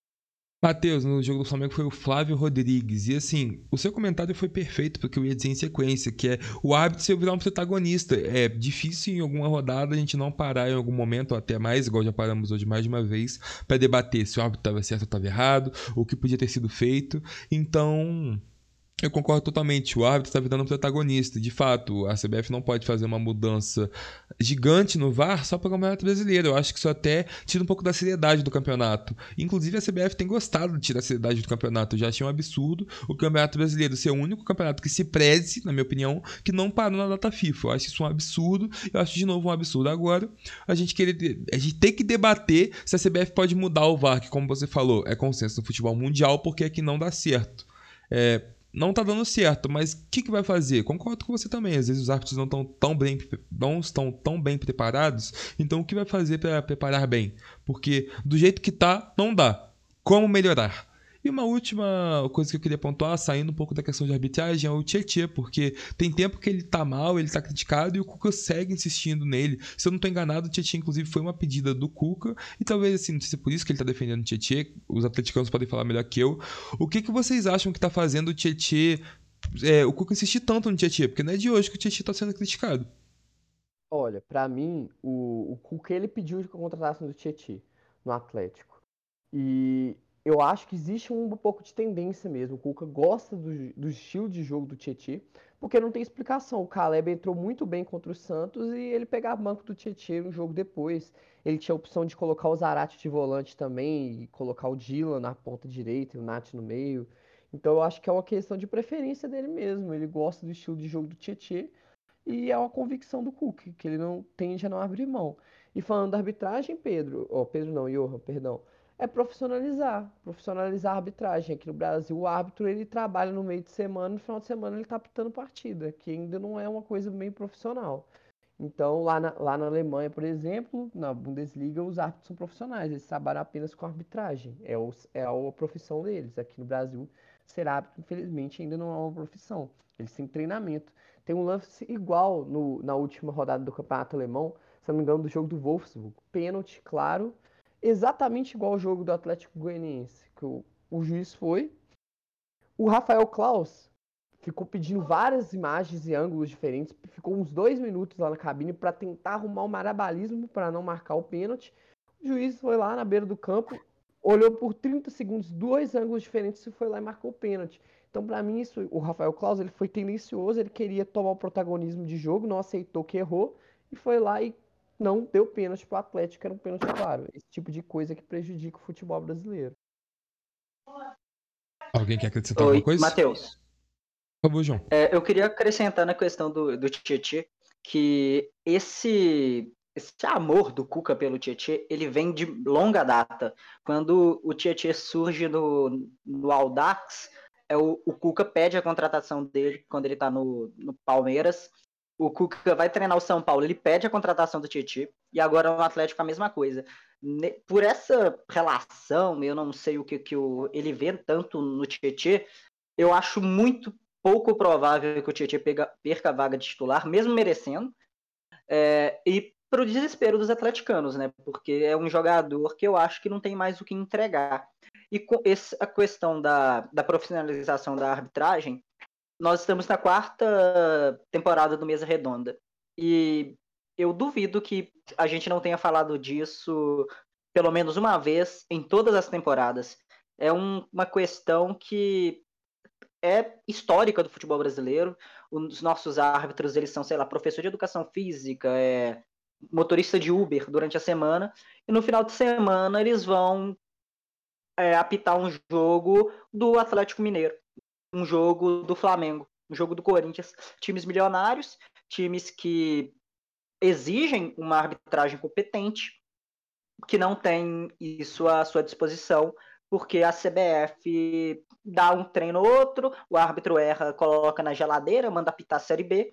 Matheus, no jogo do Flamengo foi o Flávio Rodrigues. E assim, o seu comentário foi perfeito, porque eu ia dizer em sequência, que é o árbitro ser virar um protagonista. É difícil em alguma rodada a gente não parar em algum momento, ou até mais, igual já paramos hoje mais de uma vez, para debater se o árbitro estava certo ou estava errado, ou o que podia ter sido feito. Então, eu concordo totalmente, o árbitro está virando um protagonista. De fato, a CBF não pode fazer uma mudança gigante no VAR só para o Campeonato Brasileiro. Eu acho que isso até tira um pouco da seriedade do campeonato. Inclusive, a CBF tem gostado de tirar a seriedade do campeonato. Eu já achei um absurdo o Campeonato Brasileiro ser o único campeonato que se preze, na minha opinião, que não parou na data FIFA. Eu acho isso um absurdo. Eu acho de novo um absurdo agora a gente tem que debater se a CBF pode mudar o VAR, que, como você falou, é consenso no futebol mundial, porque aqui não dá certo. Não tá dando certo, mas o que vai fazer? Concordo com você também. Às vezes os árbitros não estão tão bem preparados. Então o que vai fazer para preparar bem? Porque do jeito que tá, não dá. Como melhorar? E uma última coisa que eu queria pontuar, saindo um pouco da questão de arbitragem, é o Tietê, porque tem tempo que ele tá mal, ele tá criticado e o Cuca segue insistindo nele. Se eu não tô enganado, o Tietê, inclusive, foi uma pedida do Cuca, e talvez, assim, não sei se é por isso que ele tá defendendo o Tietê, os atleticanos podem falar melhor que eu. O que vocês acham que tá fazendo o Tietê, o Cuca insistir tanto no Tietê? Porque não é de hoje que o Tietê tá sendo criticado. Olha, pra mim, o Cuca, ele pediu a contratação do Tietê no Atlético. E eu acho que existe um pouco de tendência mesmo. O Cuca gosta do estilo de jogo do Tietê, porque não tem explicação. O Caleb entrou muito bem contra o Santos e ele pegava banco do Tietê no jogo depois. Ele tinha a opção de colocar o Zarate de volante também e colocar o Dylan na ponta direita e o Nath no meio. Então eu acho que é uma questão de preferência dele mesmo. Ele gosta do estilo de jogo do Tietê e é uma convicção do Cuca, que ele não tende a não abrir mão. E falando da arbitragem, Pedro não, Johan, perdão. é profissionalizar a arbitragem. Aqui no Brasil, o árbitro ele trabalha no meio de semana, no final de semana ele tá apitando partida, que ainda não é uma coisa meio profissional. Então, lá na Alemanha, por exemplo, na Bundesliga, os árbitros são profissionais, eles trabalham apenas com arbitragem, é a profissão deles. Aqui no Brasil, ser árbitro, infelizmente, ainda não é uma profissão, eles têm treinamento. Tem um lance igual na última rodada do Campeonato Alemão, se não me engano, do jogo do Wolfsburg, pênalti, claro, exatamente igual ao jogo do Atlético Goianiense, que o juiz foi, o Rafael Klaus ficou pedindo várias imagens e ângulos diferentes, ficou uns 2 minutos lá na cabine para tentar arrumar o marabalismo para não marcar o pênalti. O juiz foi lá na beira do campo, olhou por 30 segundos, 2 ângulos diferentes e foi lá e marcou o pênalti. Então, para mim, isso, o Rafael Claus, ele foi tendencioso, ele queria tomar o protagonismo de jogo, não aceitou que errou e foi lá e não deu pênalti pro Atlético, era um pênalti claro. Esse tipo de coisa que prejudica o futebol brasileiro. Alguém quer acrescentar alguma coisa? Matheus. Por favor, João. Eu queria acrescentar na questão do Tietê que esse amor do Cuca pelo Tietê, ele vem de longa data. Quando o Tietê surge no Audax, o Cuca pede a contratação dele quando ele está no Palmeiras. O Cuca vai treinar o São Paulo, ele pede a contratação do Tietê, e agora no Atlético a mesma coisa. Por essa relação, eu não sei o que ele vê tanto no Tietê, eu acho muito pouco provável que o Tietê perca a vaga de titular, mesmo merecendo, e para o desespero dos atleticanos, né? Porque é um jogador que eu acho que não tem mais o que entregar. E com a questão da profissionalização da arbitragem, nós estamos na 4ª temporada do Mesa Redonda. E eu duvido que a gente não tenha falado disso pelo menos uma vez em todas as temporadas. É uma questão que é histórica do futebol brasileiro. Os nossos árbitros, eles são, sei lá, professor de educação física, motorista de Uber durante a semana, e no final de semana eles vão apitar um jogo do Atlético Mineiro, um jogo do Flamengo, um jogo do Corinthians, times milionários, times que exigem uma arbitragem competente, que não tem isso à sua disposição, porque a CBF dá um treino ou outro, o árbitro erra, coloca na geladeira, manda apitar a Série B,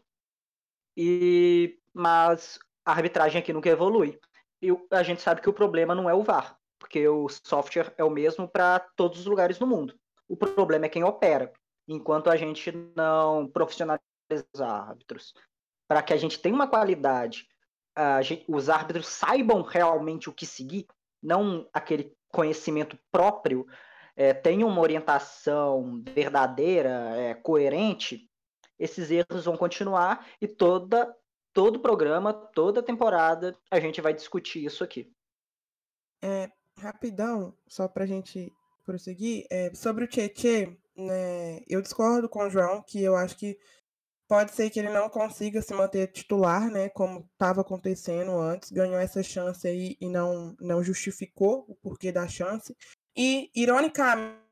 mas a arbitragem aqui nunca evolui. E a gente sabe que o problema não é o VAR, porque o software é o mesmo para todos os lugares do mundo. O problema é quem opera. Enquanto a gente não profissionaliza árbitros, para que a gente tenha uma qualidade, os árbitros saibam realmente o que seguir, não aquele conhecimento próprio, tenham uma orientação verdadeira, coerente, esses erros vão continuar e todo programa, toda temporada, a gente vai discutir isso aqui. Rapidão, só pra gente prosseguir, sobre o Tietê, né, eu discordo com o João, que eu acho que pode ser que ele não consiga se manter titular, né, como estava acontecendo antes, ganhou essa chance aí e não justificou o porquê da chance. E, ironicamente,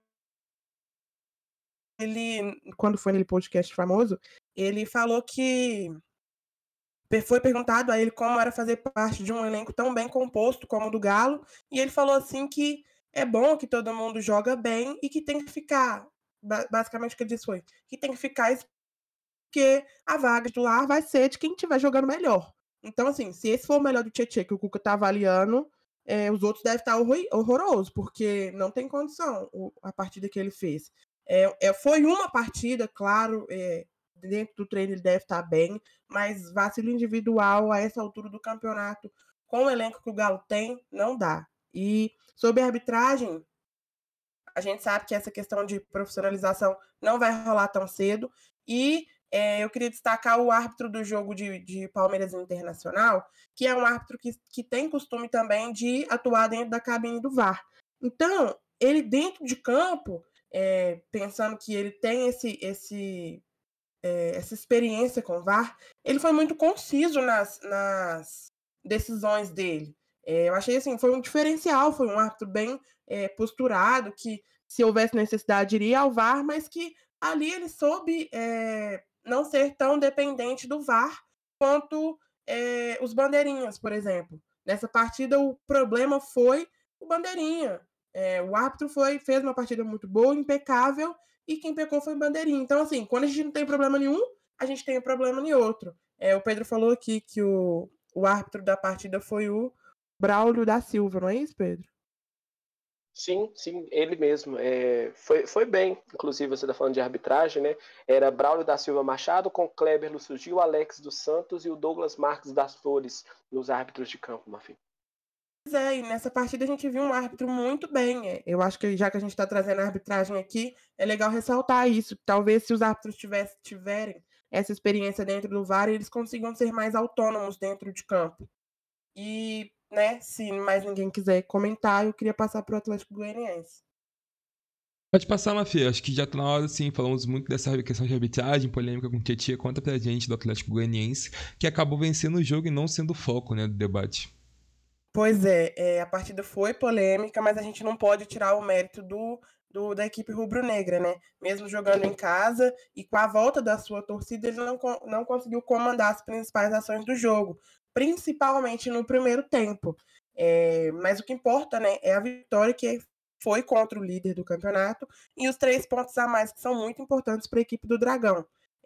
ele, quando foi naquele podcast famoso, ele falou que foi perguntado a ele como era fazer parte de um elenco tão bem composto como o do Galo, e ele falou assim que é bom que todo mundo joga bem e que tem que ficar, basicamente o que ele disse foi, que tem que ficar porque a vaga titular vai ser de quem estiver jogando melhor. Então, assim, se esse for o melhor do Tietê que o Cuca tá avaliando, os outros devem estar horrorosos, porque não tem condição a partida que ele fez. Foi uma partida, claro, dentro do treino ele deve estar bem, mas vacilo individual a essa altura do campeonato, com o elenco que o Galo tem, não dá. E sobre a arbitragem, a gente sabe que essa questão de profissionalização não vai rolar tão cedo, e eu queria destacar o árbitro do jogo de Palmeiras Internacional, que é um árbitro que tem costume também de atuar dentro da cabine do VAR. Então, ele dentro de campo, pensando que ele tem essa experiência com o VAR, ele foi muito conciso nas decisões dele. Eu achei assim, foi um diferencial, foi um árbitro bem posturado, que se houvesse necessidade iria ao VAR, mas que ali ele soube não ser tão dependente do VAR quanto os bandeirinhas, por exemplo. Nessa partida o problema foi o bandeirinha. O árbitro fez uma partida muito boa, impecável, e quem pecou foi o Bandeirinha. Então, assim, quando a gente não tem problema nenhum, a gente tem problema em outro. O Pedro falou aqui que o árbitro da partida foi o Braulio da Silva, não é isso, Pedro? Sim, ele mesmo. Foi bem, inclusive você está falando de arbitragem, né? Era Braulio da Silva Machado com Kleber Lúcio Gil, Alex dos Santos e o Douglas Marques das Flores nos árbitros de campo, Mafia. Pois é, e nessa partida a gente viu um árbitro muito bem. Eu acho que já que a gente está trazendo a arbitragem aqui, é legal ressaltar isso. Talvez se os árbitros tiverem essa experiência dentro do VAR, eles consigam ser mais autônomos dentro de campo. E, né, se mais ninguém quiser comentar, eu queria passar para o Atlético Goianiense. Pode passar, Mafia. Acho que já tá na hora, sim. Falamos muito dessa questão de arbitragem, polêmica com o Tietchan. Conta pra gente do Atlético Goianiense, que acabou vencendo o jogo e não sendo o foco, né, do debate. Pois é, a partida foi polêmica, mas a gente não pode tirar o mérito da equipe rubro-negra, né? Mesmo jogando em casa e com a volta da sua torcida, ele não conseguiu comandar as principais ações do jogo, principalmente no primeiro tempo. Mas o que importa, né, é a vitória que foi contra o líder do campeonato e os 3 pontos a mais que são muito importantes para a equipe do Dragão.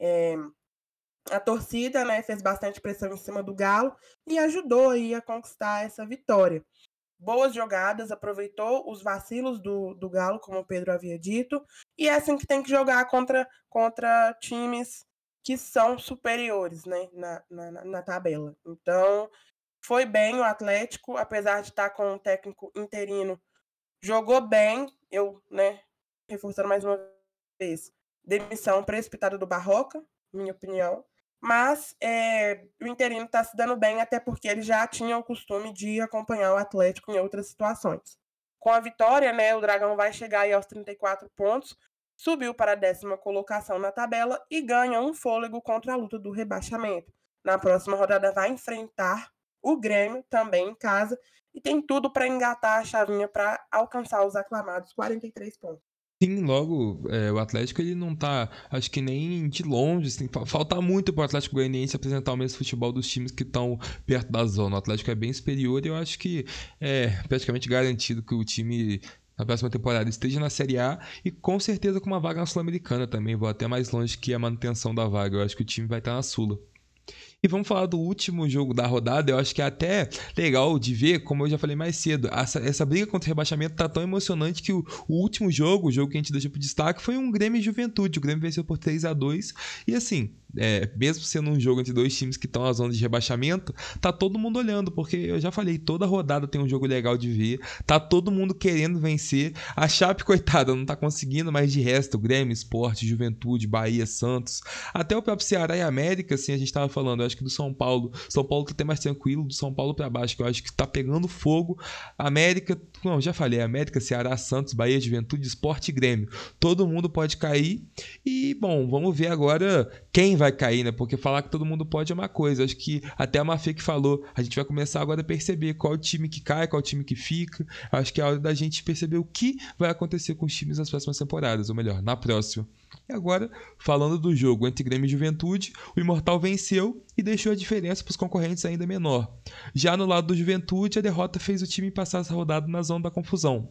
A torcida, né, fez bastante pressão em cima do Galo e ajudou aí a conquistar essa vitória. Boas jogadas, aproveitou os vacilos do Galo, como o Pedro havia dito, e é assim que tem que jogar contra times que são superiores, né, na tabela. Então, foi bem o Atlético, apesar de estar com um técnico interino, jogou bem, né, reforçando mais uma vez, demissão precipitada do Barroca, minha opinião. Mas o interino está se dando bem, até porque ele já tinha o costume de acompanhar o Atlético em outras situações. Com a vitória, né, o Dragão vai chegar aí aos 34 pontos, subiu para a 10ª colocação na tabela e ganha um fôlego contra a luta do rebaixamento. Na próxima rodada vai enfrentar o Grêmio, também em casa, e tem tudo para engatar a chavinha para alcançar os aclamados 43 pontos. Sim, logo, o Atlético ele não tá, acho que nem de longe, assim, falta muito pro Atlético Goianiense apresentar o mesmo futebol dos times que estão perto da zona. O Atlético é bem superior e eu acho que é praticamente garantido que o time na próxima temporada esteja na Série A e com certeza com uma vaga na Sul-Americana também. Vou até mais longe que a manutenção da vaga. Eu acho que o time vai estar na Sula. E vamos falar do último jogo da rodada. Eu acho que é até legal de ver, como eu já falei mais cedo, essa briga contra o rebaixamento tá tão emocionante que o último jogo, o jogo que a gente deixou pro destaque, foi um Grêmio e Juventude. O Grêmio venceu por 3-2 e assim, mesmo sendo um jogo entre dois times que estão na zona de rebaixamento, tá todo mundo olhando, porque eu já falei, toda rodada tem um jogo legal de ver, tá todo mundo querendo vencer. A Chape, coitada, não tá conseguindo, mas de resto, Grêmio, Sport, Juventude, Bahia, Santos, até o próprio Ceará e América, assim, a gente tava falando, eu acho que do São Paulo tá até mais tranquilo, do São Paulo pra baixo, que eu acho que tá pegando fogo. América, não, já falei, América, Ceará, Santos, Bahia, Juventude, Sport e Grêmio, todo mundo pode cair. E, bom, vamos ver agora quem vai cair, né? Porque falar que todo mundo pode é uma coisa. Acho que até a Mafia que falou, a gente vai começar agora a perceber qual time que cai, qual time que fica. Acho que é a hora da gente perceber o que vai acontecer com os times nas próximas temporadas, ou melhor, na próxima. E agora, falando do jogo entre Grêmio e Juventude, o Imortal venceu e deixou a diferença para os concorrentes ainda menor. Já no lado do Juventude, a derrota fez o time passar essa rodada na zona da confusão.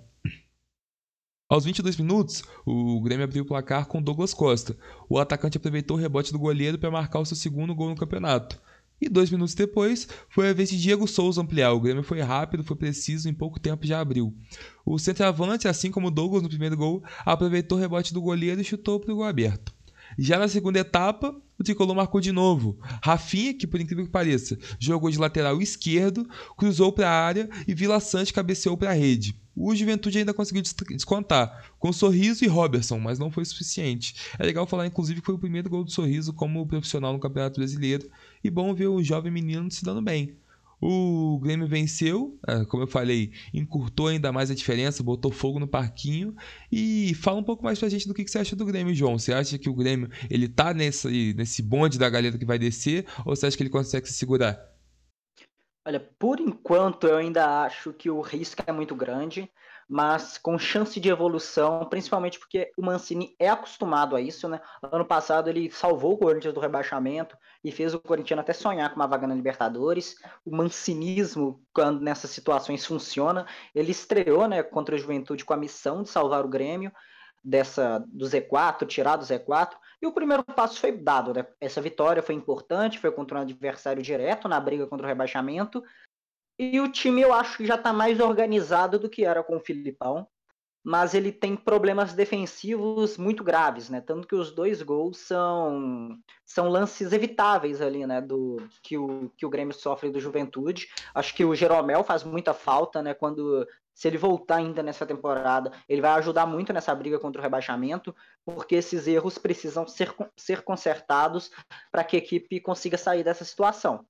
Aos 22 minutos, o Grêmio abriu o placar com Douglas Costa. O atacante aproveitou o rebote do goleiro para marcar o seu segundo gol no campeonato. E 2 minutos depois, foi a vez de Diego Souza ampliar. O Grêmio foi rápido, foi preciso, em pouco tempo já abriu. O centroavante, assim como o Douglas no primeiro gol, aproveitou o rebote do goleiro e chutou para o gol aberto. Já na segunda etapa, o Tricolor marcou de novo. Rafinha, que por incrível que pareça, jogou de lateral esquerdo, cruzou para a área e Vila Sante cabeceou para a rede. O Juventude ainda conseguiu descontar, com Sorriso e Robertson, mas não foi suficiente. É legal falar, inclusive, que foi o primeiro gol do Sorriso como profissional no Campeonato Brasileiro. E bom ver o jovem menino se dando bem. O Grêmio venceu, como eu falei, encurtou ainda mais a diferença, botou fogo no parquinho. E fala um pouco mais pra gente do que você acha do Grêmio, João. Você acha que o Grêmio ele tá nesse bonde da galera que vai descer, ou você acha que ele consegue se segurar? Olha, por enquanto eu ainda acho que o risco é muito grande, mas com chance de evolução, principalmente porque o Mancini é acostumado a isso, né? Ano passado ele salvou o Corinthians do rebaixamento e fez o Corinthians até sonhar com uma vaga na Libertadores. O mancinismo, quando nessas situações funciona, ele estreou, né, contra a Juventude com a missão de salvar o Grêmio do Z4, tirar do Z4, e o primeiro passo foi dado, né? Essa vitória foi importante, foi contra um adversário direto na briga contra o rebaixamento, e o time eu acho que já está mais organizado do que era com o Filipão, mas ele tem problemas defensivos muito graves, né? Tanto que os 2 gols são lances evitáveis ali, né? Que o Grêmio sofre do Juventude. Acho que o Jeromel faz muita falta, né? Se ele voltar ainda nessa temporada, ele vai ajudar muito nessa briga contra o rebaixamento, porque esses erros precisam ser consertados para que a equipe consiga sair dessa situação.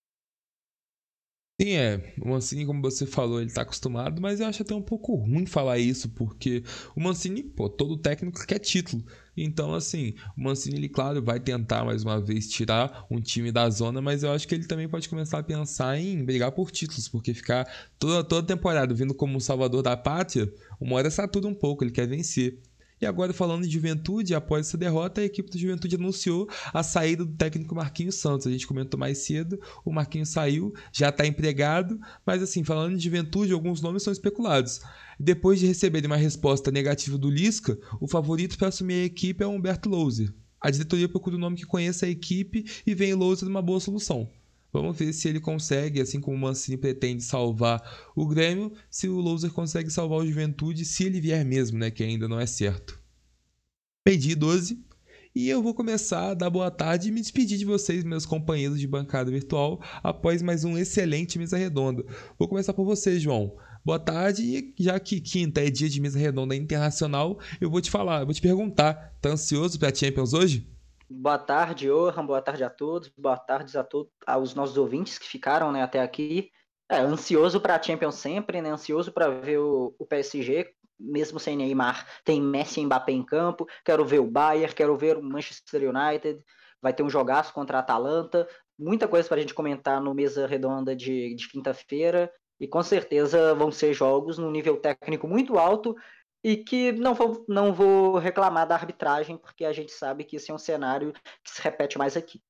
Sim, o Mancini, como você falou, ele tá acostumado, mas eu acho até um pouco ruim falar isso, porque o Mancini, todo técnico quer título. Então, assim, o Mancini, ele, claro, vai tentar mais uma vez tirar um time da zona, mas eu acho que ele também pode começar a pensar em brigar por títulos, porque ficar toda temporada vindo como um salvador da pátria, uma hora satura um pouco, ele quer vencer. E agora, falando de Juventude, após essa derrota, a equipe do Juventude anunciou a saída do técnico Marquinhos Santos. A gente comentou mais cedo, o Marquinhos saiu, já está empregado, mas assim, falando de Juventude, alguns nomes são especulados. Depois de receber uma resposta negativa do Lisca, o favorito para assumir a equipe é o Humberto Louser. A diretoria procura um nome que conheça a equipe e vê em Louser uma boa solução. Vamos ver se ele consegue, assim como o Mancini pretende salvar o Grêmio, se o Louser consegue salvar o Juventude, se ele vier mesmo, né, que ainda não é certo. Meio-dia 12, e eu vou começar a dar boa tarde e me despedir de vocês, meus companheiros de bancada virtual, após mais um excelente Mesa Redonda. Vou começar por você, João. Boa tarde, e já que quinta é dia de Mesa Redonda internacional, eu vou te perguntar, tá ansioso pra Champions hoje? Boa tarde, Johan. Boa tarde a todos. Boa tarde a todos, aos nossos ouvintes que ficaram, né, até aqui. Ansioso para a Champions sempre, né? Ansioso para ver o PSG, mesmo sem Neymar. Tem Messi e Mbappé em campo. Quero ver o Bayern, quero ver o Manchester United. Vai ter um jogaço contra a Atalanta. Muita coisa para a gente comentar no Mesa Redonda de quinta-feira. E com certeza vão ser jogos num nível técnico muito alto e que não vou reclamar da arbitragem, porque a gente sabe que esse é um cenário que se repete mais aqui.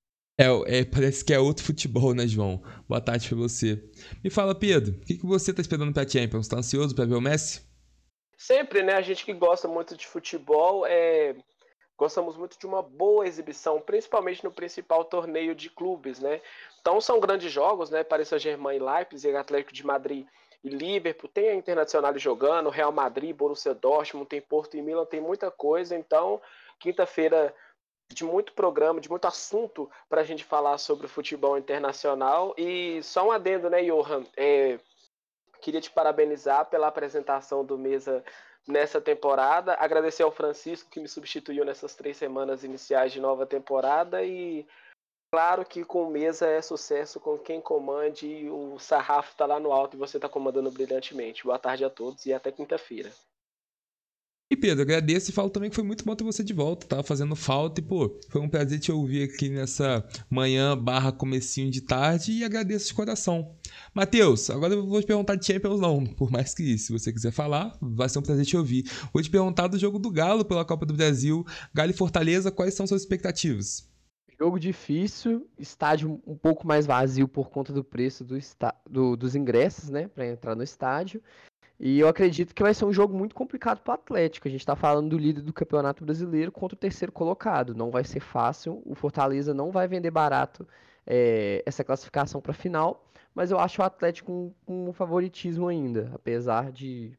Parece que é outro futebol, né, João? Boa tarde pra você. Me fala, Pedro, o que você tá esperando pra Champions? Tá ansioso pra ver o Messi? Sempre, né? A gente que gosta muito de futebol, gostamos muito de uma boa exibição, principalmente no principal torneio de clubes, né? Então são grandes jogos, né? Paris Saint-Germain e Leipzig, Atlético de Madrid e Liverpool, tem a Internacional jogando, Real Madrid, Borussia Dortmund, tem Porto e Milan, tem muita coisa. Então, quinta-feira de muito programa, de muito assunto para a gente falar sobre o futebol internacional. E só um adendo, né, Johan? Queria te parabenizar pela apresentação do Mesa nessa temporada, agradecer ao Francisco que me substituiu nessas 3 semanas iniciais de nova temporada e claro que com o Mesa é sucesso com quem comande e o sarrafo tá lá no alto e você tá comandando brilhantemente. Boa tarde a todos e até quinta-feira. E Pedro, agradeço e falo também que foi muito bom ter você de volta, tava fazendo falta e, foi um prazer te ouvir aqui nessa manhã / comecinho de tarde e agradeço de coração. Matheus, agora eu vou te perguntar de Champions não, por mais que se você quiser falar, vai ser um prazer te ouvir. Vou te perguntar do jogo do Galo pela Copa do Brasil, Galo e Fortaleza, quais são suas expectativas? Jogo difícil, estádio um pouco mais vazio por conta do preço dos ingressos, né, para entrar no estádio. E eu acredito que vai ser um jogo muito complicado para o Atlético. A gente está falando do líder do Campeonato Brasileiro contra o terceiro colocado. Não vai ser fácil. O Fortaleza não vai vender barato essa classificação para a final. Mas eu acho o Atlético com um favoritismo ainda, apesar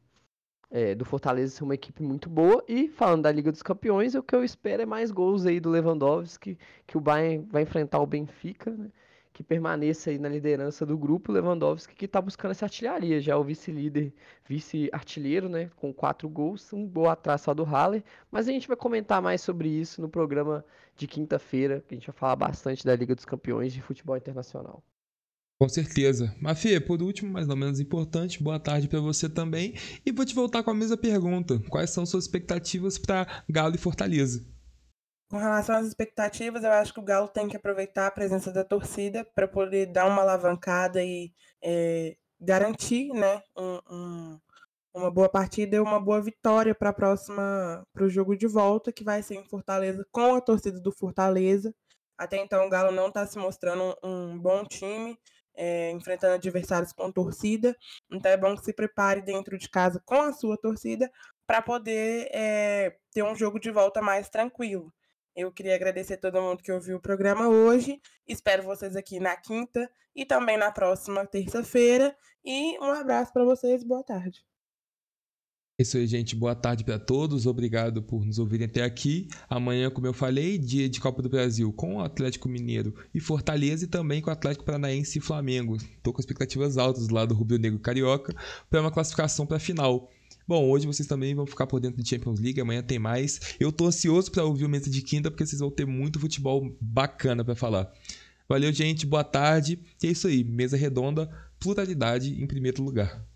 do Fortaleza ser uma equipe muito boa. E falando da Liga dos Campeões, o que eu espero é mais gols aí do Lewandowski, que o Bayern vai enfrentar o Benfica, né? Que permaneça aí na liderança do grupo, o Lewandowski que está buscando essa artilharia, já o vice-líder, vice-artilheiro, né, com 4 gols, um gol atrás só do Haller, mas a gente vai comentar mais sobre isso no programa de quinta-feira, que a gente vai falar bastante da Liga dos Campeões de futebol internacional. Com certeza. Mafia, por último, mas não menos importante, boa tarde para você também. E vou te voltar com a mesma pergunta. Quais são suas expectativas para Galo e Fortaleza? Com relação às expectativas, eu acho que o Galo tem que aproveitar a presença da torcida para poder dar uma alavancada e garantir, né, uma boa partida e uma boa vitória para o jogo de volta, que vai ser em Fortaleza, com a torcida do Fortaleza. Até então o Galo não está se mostrando um bom time, enfrentando adversários com torcida, então é bom que se prepare dentro de casa com a sua torcida para poder ter um jogo de volta mais tranquilo. Eu queria agradecer a todo mundo que ouviu o programa hoje, espero vocês aqui na quinta e também na próxima terça-feira, e um abraço para vocês, boa tarde. É isso aí, gente. Boa tarde para todos. Obrigado por nos ouvirem até aqui. Amanhã, como eu falei, dia de Copa do Brasil com o Atlético Mineiro e Fortaleza, e também com o Atlético Paranaense e Flamengo. Estou com expectativas altas do lado rubro-negro carioca para uma classificação para a final. Bom, hoje vocês também vão ficar por dentro de Champions League, amanhã tem mais. Eu tô ansioso para ouvir o Mesa de Quinta, porque vocês vão ter muito futebol bacana para falar. Valeu, gente. Boa tarde. E é isso aí. Mesa redonda, pluralidade em primeiro lugar.